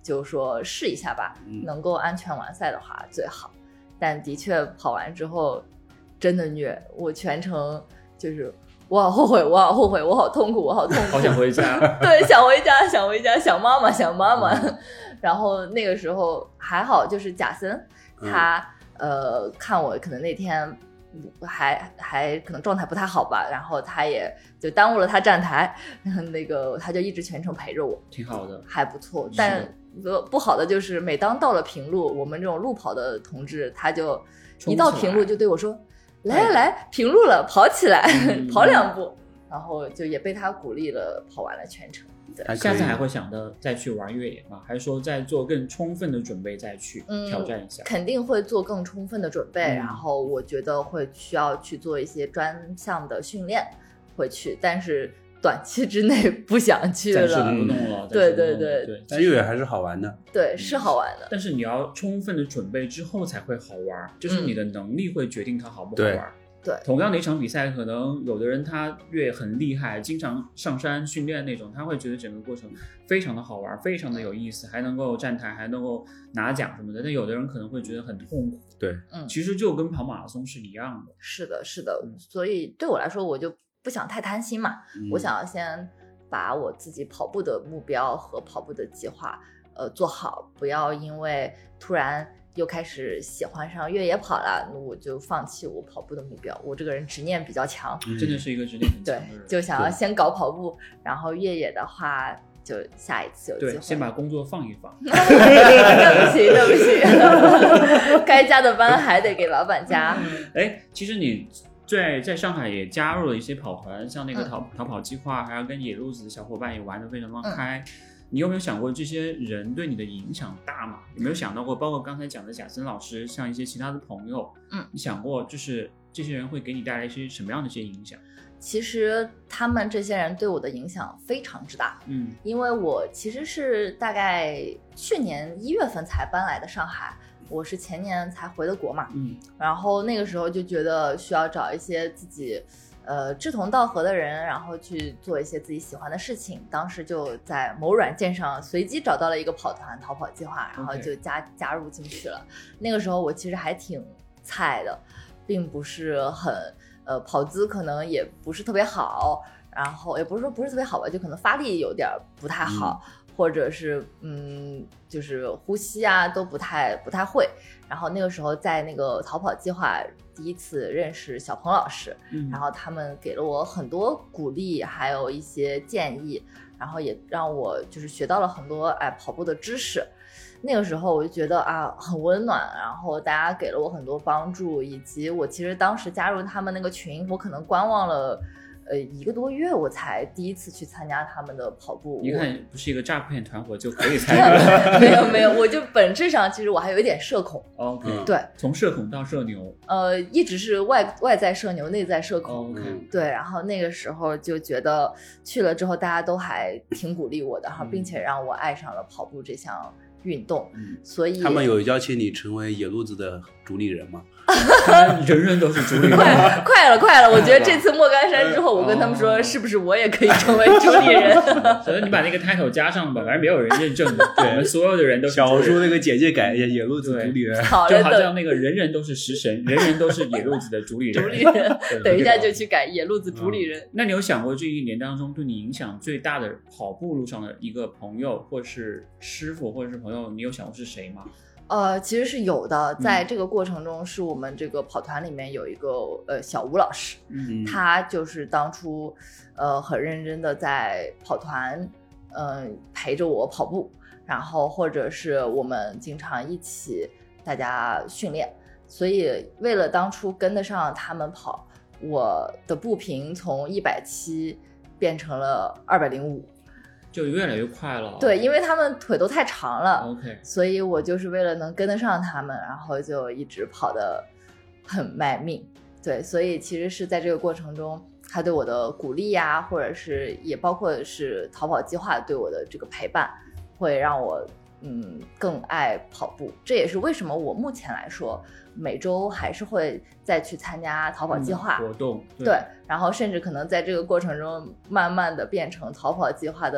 S3: 就说试一下吧，
S1: 嗯
S3: 能够安全完赛的话最好。但的确跑完之后真的虐，我全程就是我好后悔，我好后悔，我好痛苦，我好痛苦，
S2: 好想回家。
S3: 对，想回家，想回家，想妈妈，想妈妈。嗯、然后那个时候还好，就是贾森他、嗯、呃看我可能那天还还可能状态不太好吧，然后他也就耽误了他站台，那个他就一直全程陪着我，
S2: 挺好的，
S3: 还不错。但不好的就是每当到了平路，我们这种路跑的同志，他就一到平路就对我说：“来来来，平路了，跑起来，嗯、跑两步。”然后就也被他鼓励了，跑完了全程。
S2: 下次还会想着再去玩越野吗？还是说再做更充分的准备再去挑战一下？
S3: 嗯、肯定会做更充分的准备、嗯，然后我觉得会需要去做一些专项的训练，会去，但是短期之内不想去了，
S2: 暂时不弄了。
S3: 对对对
S1: 对，但越野还是好玩的，
S3: 对，是好玩的。
S2: 但是你要充分的准备之后才会好玩，就是你的能力会决定它好不好玩。
S3: 对，
S2: 同样的一场比赛，可能有的人他越野很厉害，经常上山训练那种，他会觉得整个过程非常的好玩，非常的有意思，还能够站台，还能够拿奖什么的。但有的人可能会觉得很痛苦。
S1: 对，
S3: 嗯，
S2: 其实就跟跑马拉松是一样的。
S3: 是的，是的。所以对我来说，我就不想太贪心嘛，嗯、我想要先把我自己跑步的目标和跑步的计划，呃，做好，不要因为突然又开始喜欢上越野跑了，我就放弃我跑步的目标。我这个人执念比较强，
S2: 嗯、真的是一个执念很强的人。
S3: 对，就想要先搞跑步，然后越野的话，就下一次有机会。
S2: 对，先把工作放一放。
S3: 那不行，那不行，该加的班还得给老板加。
S2: 哎，其实你在在上海也加入了一些跑团，像那个逃、嗯、逃跑计划，还有跟野路子的小伙伴也玩得非常的开。嗯，你有没有想过这些人对你的影响大吗？有没有想到过，包括刚才讲的贾森老师，像一些其他的朋友，
S3: 嗯，
S2: 你想过就是这些人会给你带来一些什么样的一些影响？
S3: 其实他们这些人对我的影响非常之大，
S2: 嗯，
S3: 因为我其实是大概去年一月份才搬来的上海，我是前年才回的国嘛，
S2: 嗯，
S3: 然后那个时候就觉得需要找一些自己呃，志同道合的人，然后去做一些自己喜欢的事情。当时就在某软件上随机找到了一个跑团逃跑计划，然后就加、okay. 加入进去了。那个时候我其实还挺菜的，并不是很呃跑姿可能也不是特别好，然后也不是说不是特别好吧，就可能发力有点不太好，嗯、或者是嗯就是呼吸啊都不太不太会。然后那个时候在那个逃跑计划第一次认识小鹏老师、嗯、然后他们给了我很多鼓励还有一些建议，然后也让我就是学到了很多哎跑步的知识。那个时候我就觉得啊很温暖，然后大家给了我很多帮助，以及我其实当时加入他们那个群，我可能观望了呃一个多月，我才第一次去参加他们的跑步。
S2: 你看不是一个诈骗团伙就可以参与
S3: 没有没有，我就本质上其实我还有一点社恐。
S2: OK，
S3: 对，
S2: 从社恐到社牛，
S3: 呃，一直是外外在社牛，内在社恐。
S2: OK，
S3: 对，然后那个时候就觉得去了之后，大家都还挺鼓励我的哈、嗯，并且让我爱上了跑步这项运动。嗯，所以
S1: 他们有邀请你成为野路子的主理人吗？
S2: 人人都是主理人。
S3: 快快了快了！我觉得这次莫干山之后，我跟他们说，是不是我也可以成为主理人？
S2: 所以你把那个 title 加上吧，反正没有人认证的，我们所有的人都是
S1: 小红书那个简介改一下，野路子主理人，
S2: 就好像那个人人都是食神，人人都是野路子的主理人。
S3: 主理人，等一下就去改野路子主理人、嗯。
S2: 那你有想过这一年当中对你影响最大的跑步路上的一个朋友，或是师傅，或者是朋友，你有想过是谁吗？
S3: 呃，其实是有的，在这个过程中，是我们这个跑团里面有一个呃小吴老师，
S2: 嗯，
S3: 他就是当初呃很认真的在跑团，嗯、呃、陪着我跑步，然后或者是我们经常一起大家训练，所以为了当初跟得上他们跑，我的步频从一百七变成了二百零五。
S2: 就越来越快了。
S3: 对，因为他们腿都太长了
S2: OK，
S3: 所以我就是为了能跟得上他们，然后就一直跑得很卖命。对，所以其实是在这个过程中，他对我的鼓励呀，或者是也包括是逃跑计划对我的这个陪伴，会让我嗯更爱跑步。这也是为什么我目前来说每周还是会再去参加逃跑计划、
S2: 嗯、活动
S3: 对, 对，然后甚至可能在这个过程中慢慢的变成逃跑计划的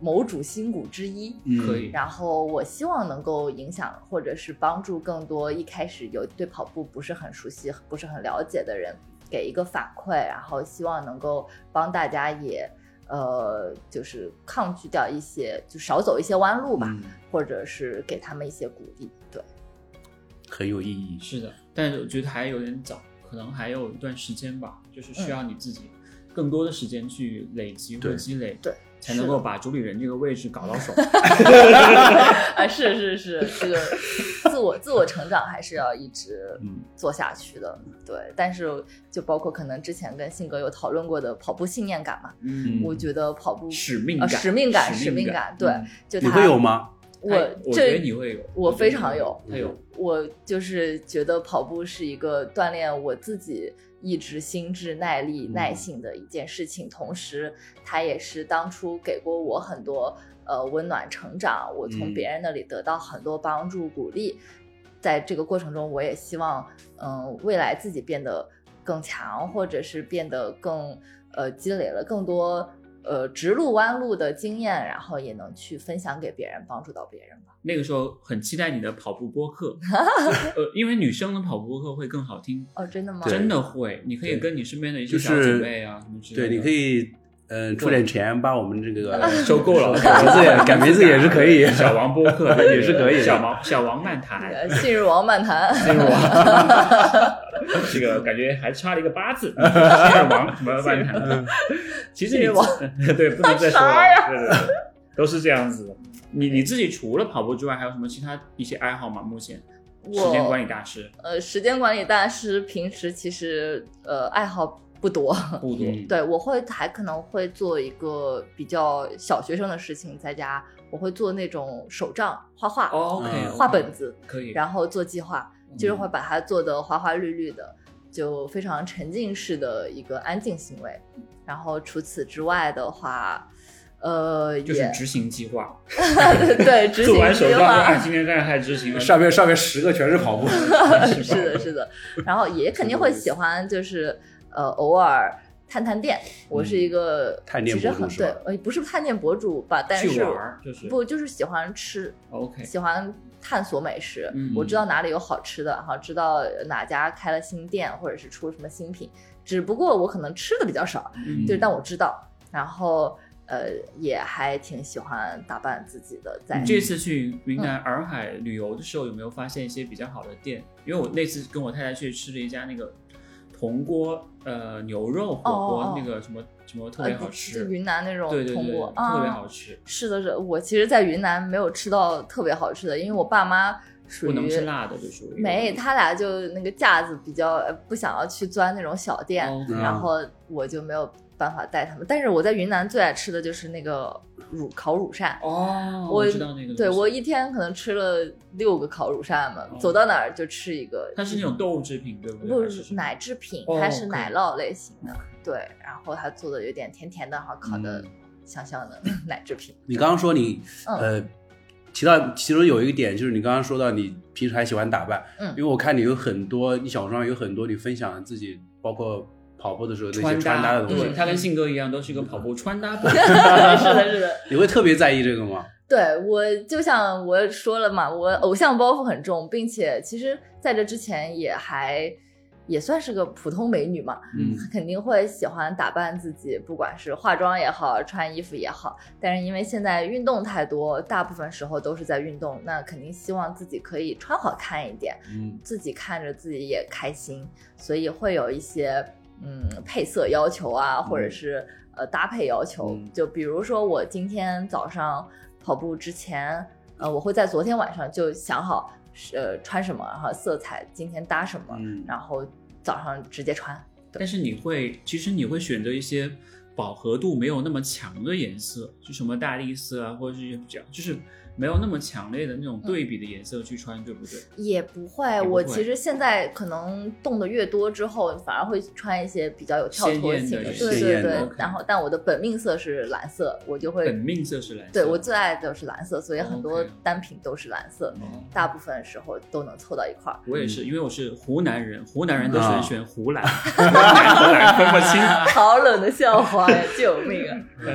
S3: 某主心骨之一。
S2: 可以。
S3: 然后我希望能够影响或者是帮助更多一开始有对跑步不是很熟悉不是很了解的人给一个反馈，然后希望能够帮大家也呃，就是抗拒掉一些，就少走一些弯路吧，嗯、或者是给他们一些鼓励，对，
S1: 很有意义。
S2: 是的，但是我觉得还有点早，可能还有一段时间吧，就是需要你自己更多的时间去累积或积累，
S3: 对，
S2: 才能够把主理人这个位置搞到手。
S3: 啊，是是是，这个自我自我成长还是要一直做下去的，嗯、对。但是就包括可能之前跟信哥有讨论过的跑步信念感嘛，嗯，我觉得跑步
S2: 使命感、
S3: 呃、使命感、
S2: 使
S3: 命感，对，嗯、就
S1: 你会有吗？
S3: 我
S2: 我觉得你会有，
S3: 我非常有，
S2: 他有。
S3: 我就是觉得跑步是一个锻炼我自己意志、心智、耐力、耐性的一件事情，嗯、同时它也是当初给过我很多呃温暖成长，我从别人那里得到很多帮助、鼓励。嗯、在这个过程中，我也希望嗯、呃、未来自己变得更强，或者是变得更呃积累了更多。呃，直路弯路的经验，然后也能去分享给别人，帮助到别人吧。
S2: 那个时候很期待你的跑步播客，呃，因为女生的跑步播客会更好听。
S3: 哦，真的吗？
S2: 真的会，你可以跟你身边的一些小姐妹啊，什么之类的。
S1: 对，你可以，嗯、呃，出点钱把我们这个
S2: 收购了，
S1: 改名字也改名字也是可以，
S2: 小王播客
S1: 也是可以的，
S2: 小王小王漫谈，
S3: 信日王漫谈，
S2: 信日王。这个感觉还差了一个八字，信日王什么漫谈？其实你对不能再说了，对对对，都是这样子的。你你自己除了跑步之外，还有什么其他一些爱好吗？目前时间管理大师，
S3: 呃，时间管理大师平时其实呃爱好不多，
S2: 不多。
S3: 对，我会还可能会做一个比较小学生的事情，在家我会做那种手账画画，
S2: 哦 OK，
S3: 画本子
S2: 可以，
S3: 然后做计划。就是会把它做得花花绿绿的，就非常沉浸式的一个安静行为。然后除此之外的话，呃，
S2: 就是执行计划。
S3: 对，执行计划。做
S2: 完手账，今天干还执行了。
S1: 上面上面十个全是跑步。
S3: 是的，是的。然后也肯定会喜欢，就是呃，偶尔探探店。我是一个、
S1: 嗯、探店博主是吧？
S3: 对，不是探店博主吧，但是
S2: 去玩就是、
S3: 不就是喜欢吃
S2: ，OK，
S3: 喜欢。探索美食、
S2: 嗯、
S3: 我知道哪里有好吃的，然后知道哪家开了新店或者是出了什么新品，只不过我可能吃的比较少、嗯、就是但我知道，然后呃也还挺喜欢打扮自己的。在
S2: 这次去云南洱海旅游的时候、嗯、有没有发现一些比较好的店？因为我那次跟我太太去吃了一家那个铜锅呃牛肉火锅、哦、那个什么什么特别好吃、
S3: 呃、就云南那种铜锅，
S2: 特别好吃、
S3: 啊、是的是的，我其实在云南没有吃到特别好吃的，因为我爸妈属于
S2: 不能吃辣的，就属于
S3: 没，他俩就那个架子比较不想要去钻那种小店、哦、然后我就没有办法带他们。但是我在云南最爱吃的就是那个乳烤乳扇
S2: 哦，
S3: 我
S2: 知道那个，
S3: 对，我一天可能吃了六个烤乳扇嘛、哦、走到哪儿就吃一个。
S2: 它是那种豆制品对不对？
S3: 不是奶制品、哦、它是奶酪类型的、哦 okay、对，然后它做的有点甜甜的，然后烤的香香的、嗯、奶制品。
S1: 你刚刚说你、嗯、呃提到其中有一个点，就是你刚刚说到你平时还喜欢打扮，
S3: 嗯，
S1: 因为我看你有很多，你小红书上有很多你分享自己，包括跑步的时候那些穿搭的东西。
S2: 嗯、他跟信哥一样，都是一个跑步穿搭博主。
S3: 是的，是的。
S1: 你会特别在意这个吗？
S3: 对，我就像我说了嘛，我偶像包袱很重，并且其实在这之前也还也算是个普通美女嘛，
S1: 嗯，
S3: 肯定会喜欢打扮自己，不管是化妆也好，穿衣服也好。但是因为现在运动太多，大部分时候都是在运动，那肯定希望自己可以穿好看一点，
S1: 嗯，
S3: 自己看着自己也开心，所以会有一些嗯配色要求啊，或者是、嗯、呃搭配要求、嗯。就比如说我今天早上跑步之前，呃，我会在昨天晚上就想好。呃，穿什么，然后色彩今天搭什么、
S1: 嗯、
S3: 然后早上直接穿。
S2: 但是你会其实你会选择一些饱和度没有那么强的颜色，就什么大地色啊，或者是这样，就是没有那么强烈的那种对比的颜色去穿、嗯、对不对？
S3: 也不会，
S2: 也不会
S3: 我其实现在可能动的越多之后，反而会穿一些比较有跳脱性的，对对对。
S2: okay、
S3: 然后但我的本命色是蓝色，我就会
S2: 本命色是蓝色，
S3: 对，我最爱的是蓝色，所以很多单品都是蓝色、
S2: okay、
S3: 大部分时候都能凑到一块儿。
S2: 我也是、嗯、因为我是湖南人，湖南人都喜欢选湖蓝、嗯、蓝和蓝分不清。
S3: 好冷的笑话呀，救命啊！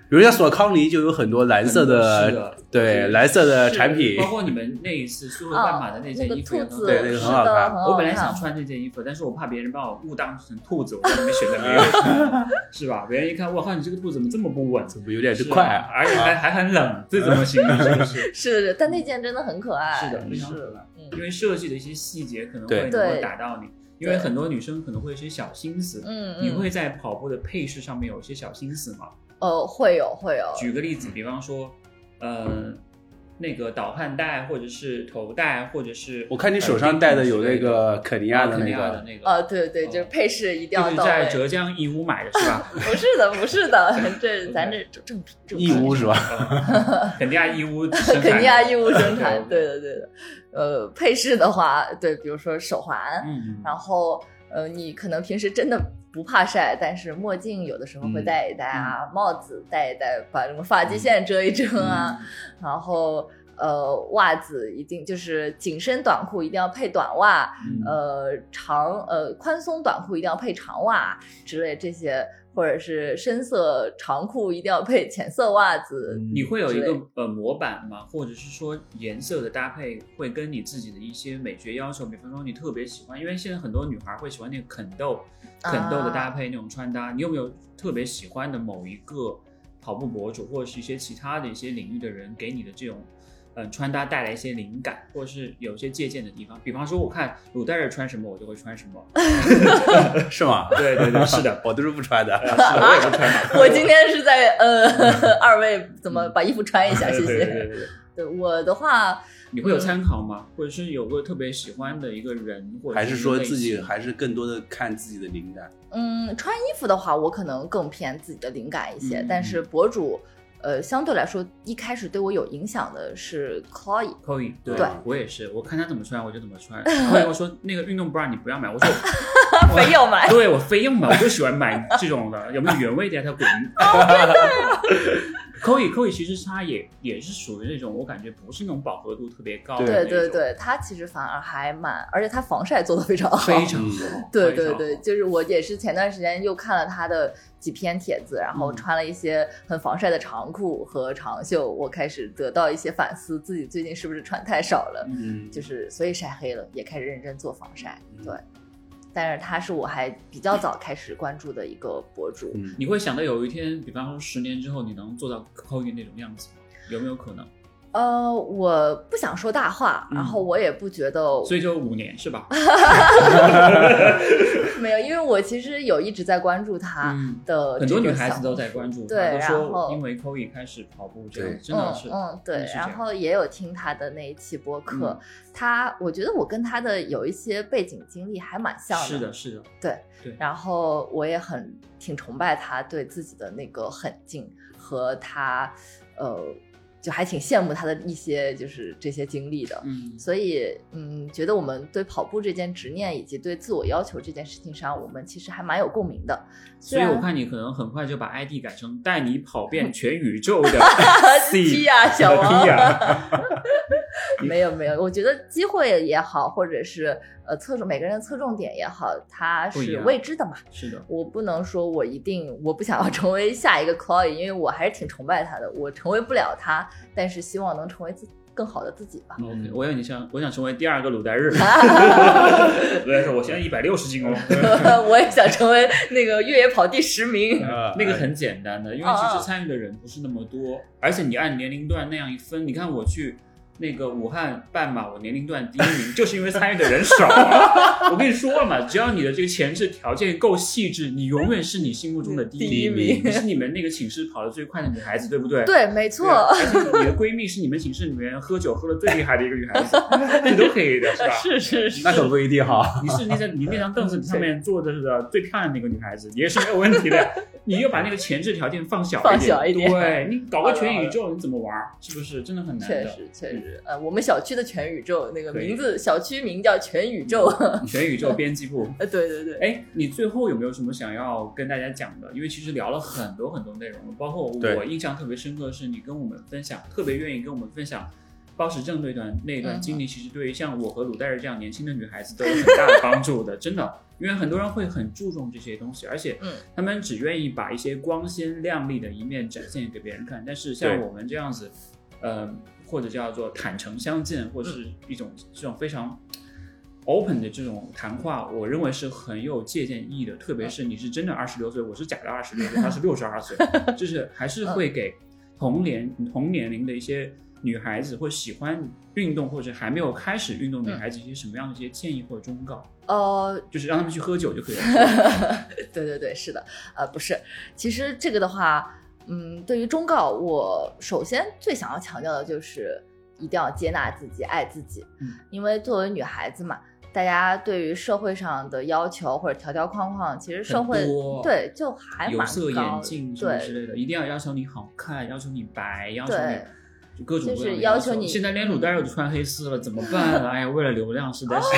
S1: 比如像索康尼就有很多蓝色的，
S2: 的
S1: 对蓝色的产品，
S2: 包括你们那一次苏荷半马的那件衣服也很好，
S3: 哦、
S1: 对那个很好看。
S2: 我本来想穿这件衣服，但是我怕别人把我误当成兔子，我在那边选择没有，是吧？别人一看，我靠，你这个兔子怎么这么不稳？
S1: 怎么有点是快、啊，
S2: 而且还还很冷，这怎么行呢？是不是？
S3: 是的，但那件真的很可爱，
S2: 是的，非常可爱。因为设计的一些细节可能会能够打到你。因为很多女生可能会有一些小心思，
S3: 嗯，
S2: 你会在跑步的配饰上面有一些小心思吗？
S3: 呃，会有会有。
S2: 举个例子，比方说，呃，那个导汗带，或者是头带，或者是
S1: 我看你手上戴的有那个肯尼亚的那个，
S2: 那个
S3: 啊，对对，就是配饰一定要到位。
S2: 就是在浙江义乌买的是吧？
S3: 不是的，不是的，这咱这正正
S1: 义乌是吧？
S2: 肯尼亚义乌，
S3: 肯尼亚义乌生产，对的对的。呃，配饰的话，对，比如说手环，
S2: 嗯，
S3: 然后呃，你可能平时真的不怕晒，但是墨镜有的时候会戴一戴啊，嗯、帽子戴一戴，把什么发际线遮一遮啊，嗯、然后呃，袜子一定就是紧身短裤一定要配短袜，
S2: 嗯、
S3: 呃，长呃宽松短裤一定要配长袜之类这些。或者是深色长裤一定要配浅色袜子，
S2: 你会有一个呃模板吗？或者是说颜色的搭配会跟你自己的一些美学要求，比方说你特别喜欢，因为现在很多女孩会喜欢那个肯豆肯豆的搭配那种穿搭，啊、你有没有特别喜欢的某一个跑步博主，或者是一些其他的一些领域的人给你的这种嗯、呃、穿搭带来一些灵感，或者是有一些借鉴的地方？比方说我看鲁代日穿什么我就会穿什么，
S1: 是吗？
S2: 对对对，是的，
S1: 我都是不穿的，
S2: 是的，我也不穿嘛。
S3: 我今天是在呃，二位怎么把衣服穿一下？谢谢。
S2: 对对对对对。
S3: 对我的话，
S2: 你会有参考吗？嗯、或者是有个特别喜欢的一个人，或者
S1: 还是说自己还是更多的看自己的灵感？
S3: 嗯，穿衣服的话，我可能更偏自己的灵感一些，
S2: 嗯、
S3: 但是博主。呃，相对来说，一开始对我有影响的是 Chloe。Chloe，
S2: 对，
S3: 对
S2: 我也是，我看他怎么穿，我就怎么穿。后来我说那个运动 bra 你不要买，我说
S3: 非要买，
S2: 对我非要买，我就喜欢买这种的，有没有原味的？它滚。Chloe Chloe 其实它也也是属于那种我感觉不是那种饱和度特别高的那种，
S3: 对对对，它其实反而还蛮，而且它防晒做得非常好，
S2: 非常好。
S3: 对对对，就是我也是前段时间又看了他的几篇帖子，然后穿了一些很防晒的长裤和长袖，我开始得到一些反思，自己最近是不是穿太少了，
S1: 嗯，
S3: 就是所以晒黑了，也开始认真做防晒，对。但是他是我还比较早开始关注的一个博主。
S2: 嗯、你会想到有一天，比方说十年之后，你能做到 Chloe 那种样子吗？有没有可能？
S3: 呃，我不想说大话，
S2: 嗯、
S3: 然后我也不觉得，
S2: 所以就五年是吧？
S3: 没有，因为我其实有一直在关注他的、
S2: 嗯，很多女孩子都在关注他，
S3: 对，
S2: 都说因为 Chloe 开始跑步，这样真的是，
S3: 嗯嗯，对，然后也有听他的那一期播客，嗯、他我觉得我跟他的有一些背景经历还蛮像的，
S2: 是的，是的，
S3: 对
S2: 对，
S3: 然后我也很挺崇拜他对自己的那个狠劲和他，呃。就还挺羡慕他的一些就是这些经历的，
S2: 嗯，
S3: 所以嗯，觉得我们对跑步这件执念以及对自我要求这件事情上，我们其实还蛮有共鸣的。
S2: 所以我看你可能很快就把 I D 改成带你跑遍全宇宙的
S3: T 呀，小王。
S2: T
S3: 没有没有，我觉得机会也好，或者是呃侧重每个人的侧重点也好，它是未知的嘛。
S2: 是的，
S3: 我不能说我一定我不想要成为下一个 Chloe， 因为我还是挺崇拜他的，我成为不了他，但是希望能成为自更好的自己吧。
S2: OK， 我有你想，我想成为第二个鲁代日。鲁代说我现在一百六十斤哦。
S3: 我也想成为那个越野跑第十名。
S2: 那个很简单的，因为其实参与的人不是那么多，而且你按年龄段那样一分，你看我去。那个武汉半马，我年龄段第一名，就是因为参与的人少啊。我跟你说了嘛，只要你的这个前置条件够细致，你永远是你心目中的第一名。你是你们那个寝室跑得最快的女孩子，对不对？
S3: 对，没错。
S2: 而且你的闺蜜是你们寝室里面喝酒喝得最厉害的一个女孩子，这都可以的，是吧？
S3: 是是是，
S1: 那可不一定哈。
S2: 你是你在你那张凳子上面坐的是最漂亮的一个女孩子，也是没有问题的。你又把那个前置条件放小一点，
S3: 放小一点，
S2: 对你搞个全宇宙，你怎么玩？是不是真的很难的？
S3: 确实确实，呃，我们小区的全宇宙那个名字，小区名叫全宇宙，
S2: 全宇宙编辑部。
S3: 呃，对对对。
S2: 哎，你最后有没有什么想要跟大家讲的？因为其实聊了很多很多内容，包括我印象特别深刻的是你跟我们分享，特别愿意跟我们分享。 包时正那段那段经历，其实对于像我和鲁代日这样年轻的女孩子都有很大的帮助的，真的。因为很多人会很注重这些东西，而且他们只愿意把一些光鲜亮丽的一面展现给别人看。但是像我们这样子，呃，或者叫做坦诚相见，或者是一种这种非常 open 的这种谈话，我认为是很有借鉴意义的。特别是你是真的二十六岁，我是假的二十六岁，他是六十二岁，就是还是会给同年同年龄的一些女孩子或喜欢运动或者还没有开始运动的女孩子一些什么样的一些建议或者忠告？呃，就是让他们去喝酒就可以了。
S3: 对对对，是的，呃，不是，其实这个的话，嗯，对于忠告，我首先最想要强调的就是一定要接纳自己，爱自己。嗯，因为作为女孩子嘛，大家对于社会上的要求或者条条框框，其实社会对就还蛮高，有
S2: 色眼镜什么之类的，一定要要求你好看，要求你白，要求你。各种各样的
S3: 就是要求你，
S2: 现在连鲁代日都穿黑丝了，怎么办啊？哎呀，为了流量实在是，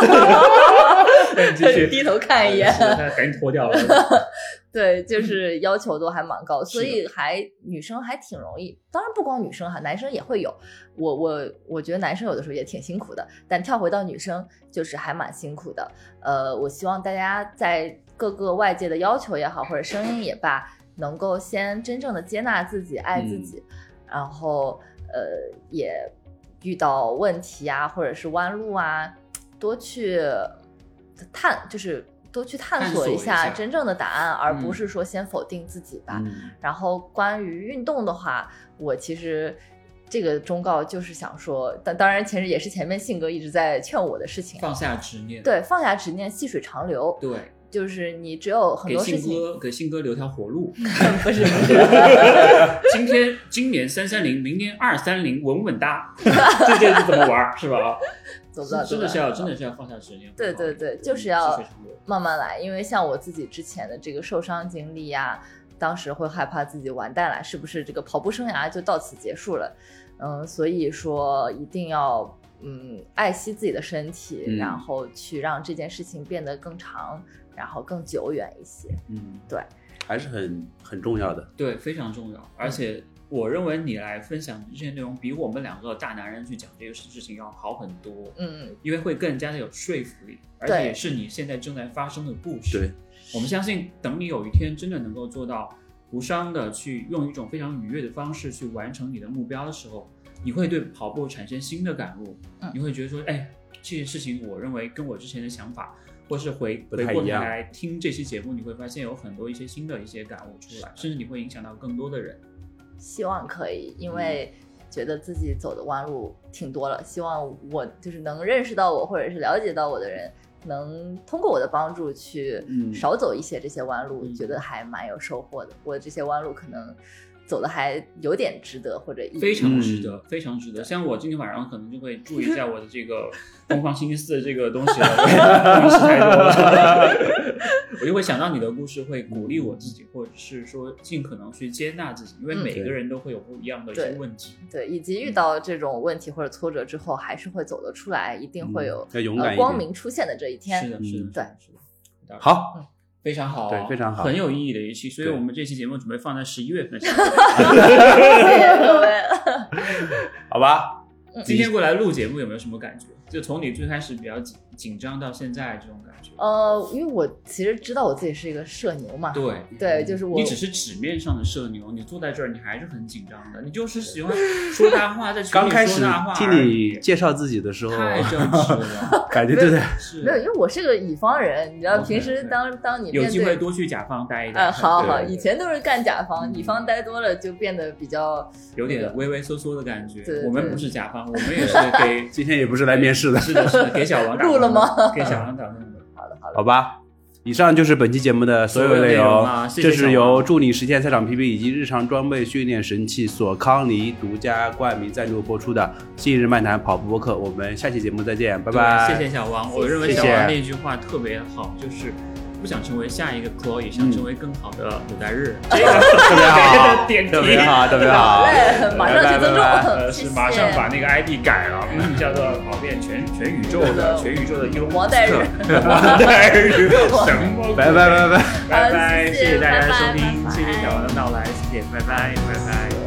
S3: 低头看一眼，
S2: 赶紧脱掉了。
S3: 对，就是要求都还蛮高，所以还女生还挺容易。当然不光女生哈，男生也会有。我我我觉得男生有的时候也挺辛苦的，但跳回到女生就是还蛮辛苦的。呃，我希望大家在各个外界的要求也好，或者声音也罢，能够先真正的接纳自己，爱自己。嗯，然后呃，也遇到问题啊，或者是弯路啊，多去探，就是多去探索一下真正的答案，而不是说先否定自己吧。嗯，然后关于运动的话，我其实这个忠告就是想说，但当然其实也是前面信哥一直在劝我的事情，
S2: 放下执念。
S3: 对，放下执念，细水长流。
S2: 对。
S3: 就是你只有很多事情，
S2: 给信哥给信哥留条活路。
S3: 不是不是，
S2: 今天今年三三零，明年二三零，稳稳哒，这件事怎么玩是吧？
S3: 走不到，
S2: 真的是要真的是要放下执念。
S3: 对对对，就是要慢慢来。因为像我自己之前的这个受伤经历呀，当时会害怕自己完蛋了，是不是这个跑步生涯就到此结束了？嗯，所以说一定要嗯爱惜自己的身体，嗯，然后去让这件事情变得更长。然后更久远一些。嗯，对，
S1: 还是很很重要的。
S2: 对，非常重要。而且我认为你来分享这些内容，比我们两个大男人去讲这个事情要好很多。嗯，因为会更加的有说服力，而且也是你现在正在发生的故事。
S1: 对，
S2: 我们相信，等你有一天真的能够做到无伤的去用一种非常愉悦的方式去完成你的目标的时候，你会对跑步产生新的感悟。嗯，你会觉得说，哎，这件事情我认为跟我之前的想法。或是回回过头来听这期节目，你会发现有很多一些新的一些感悟出来，甚至你会影响到更多的人。
S3: 希望可以，因为觉得自己走的弯路挺多了，希望我就是能认识到我或者是了解到我的人，能通过我的帮助去少走一些这些弯路，嗯，觉得还蛮有收获的。我这些弯路可能走的还有点值得，或者
S2: 非常值得，嗯，非常值得。像我今天晚上可能就会注意一下我的这个东方星期四的这个东西了，东西太多了，我就会想到你的故事，会鼓励我自己，或者是说尽可能去接纳自己，因为每个人都会有不一样的一些问题。
S3: 嗯，对，对，以及遇到这种问题或者挫折之后，还是会走得出来，一定会有，
S1: 嗯，勇敢一点，
S3: 呃、光明出现的这一天。
S2: 是的，是的，
S3: 对，
S2: 是的。
S1: 好。
S2: 嗯，非常好，
S1: 对，非常好，
S2: 很有意义的一期，所以我们这期节目准备放在十一月份上。
S3: 谢谢各位。
S1: 好吧，
S2: 今天过来录节目有没有什么感觉？就从你最开始比较紧紧张到现在这种感觉？
S3: 呃，因为我其实知道我自己是一个社牛嘛，
S2: 对
S3: 对，就是我，
S2: 你只是纸面上的社牛，你坐在这儿你还是很紧张的，你就是喜欢说大话，在群里说大话。
S1: 刚开始听你介绍自己的时候，
S2: 太正式了，
S1: 感觉对对，
S3: 没有，因为我是个乙方人，你知道， okay, 平时当 okay. 当你
S2: 有机会多去甲方待一待。
S3: 呃，好好，以前都是干甲方，乙方待多了就变得比较
S2: 有点畏畏缩缩的感觉。
S3: 对对对，
S2: 我们不是甲方，我们也是给
S1: 今天也不是来面试的，
S2: 是的，是的，给小王打
S3: 录了吗？
S2: 给小王打弄的。
S3: 好的，好的，
S1: 好吧。以上就是本期节目的所有内容，
S2: 啊、谢谢
S1: 这是由助你实现赛场 P B 以及日常装备训练神器索康尼独家冠名赞助播出的今日漫谈跑步播客。我们下期节目再见，拜拜。
S2: 谢谢小王，我认为小王那句话特别好，就是不想成为下一个 Chloe， 想成为更好的鲁代日，这个特别好，特别好，特别好，
S3: 马上去尊重，
S2: 呃，是马上把那个 I D 改了，嗯，叫做跑遍全全宇宙的全宇宙的伊隆马斯克，王代日，什么？
S1: 拜拜拜拜
S2: 拜拜，谢谢大家的收听，谢谢小王的到来，谢谢，拜拜拜拜。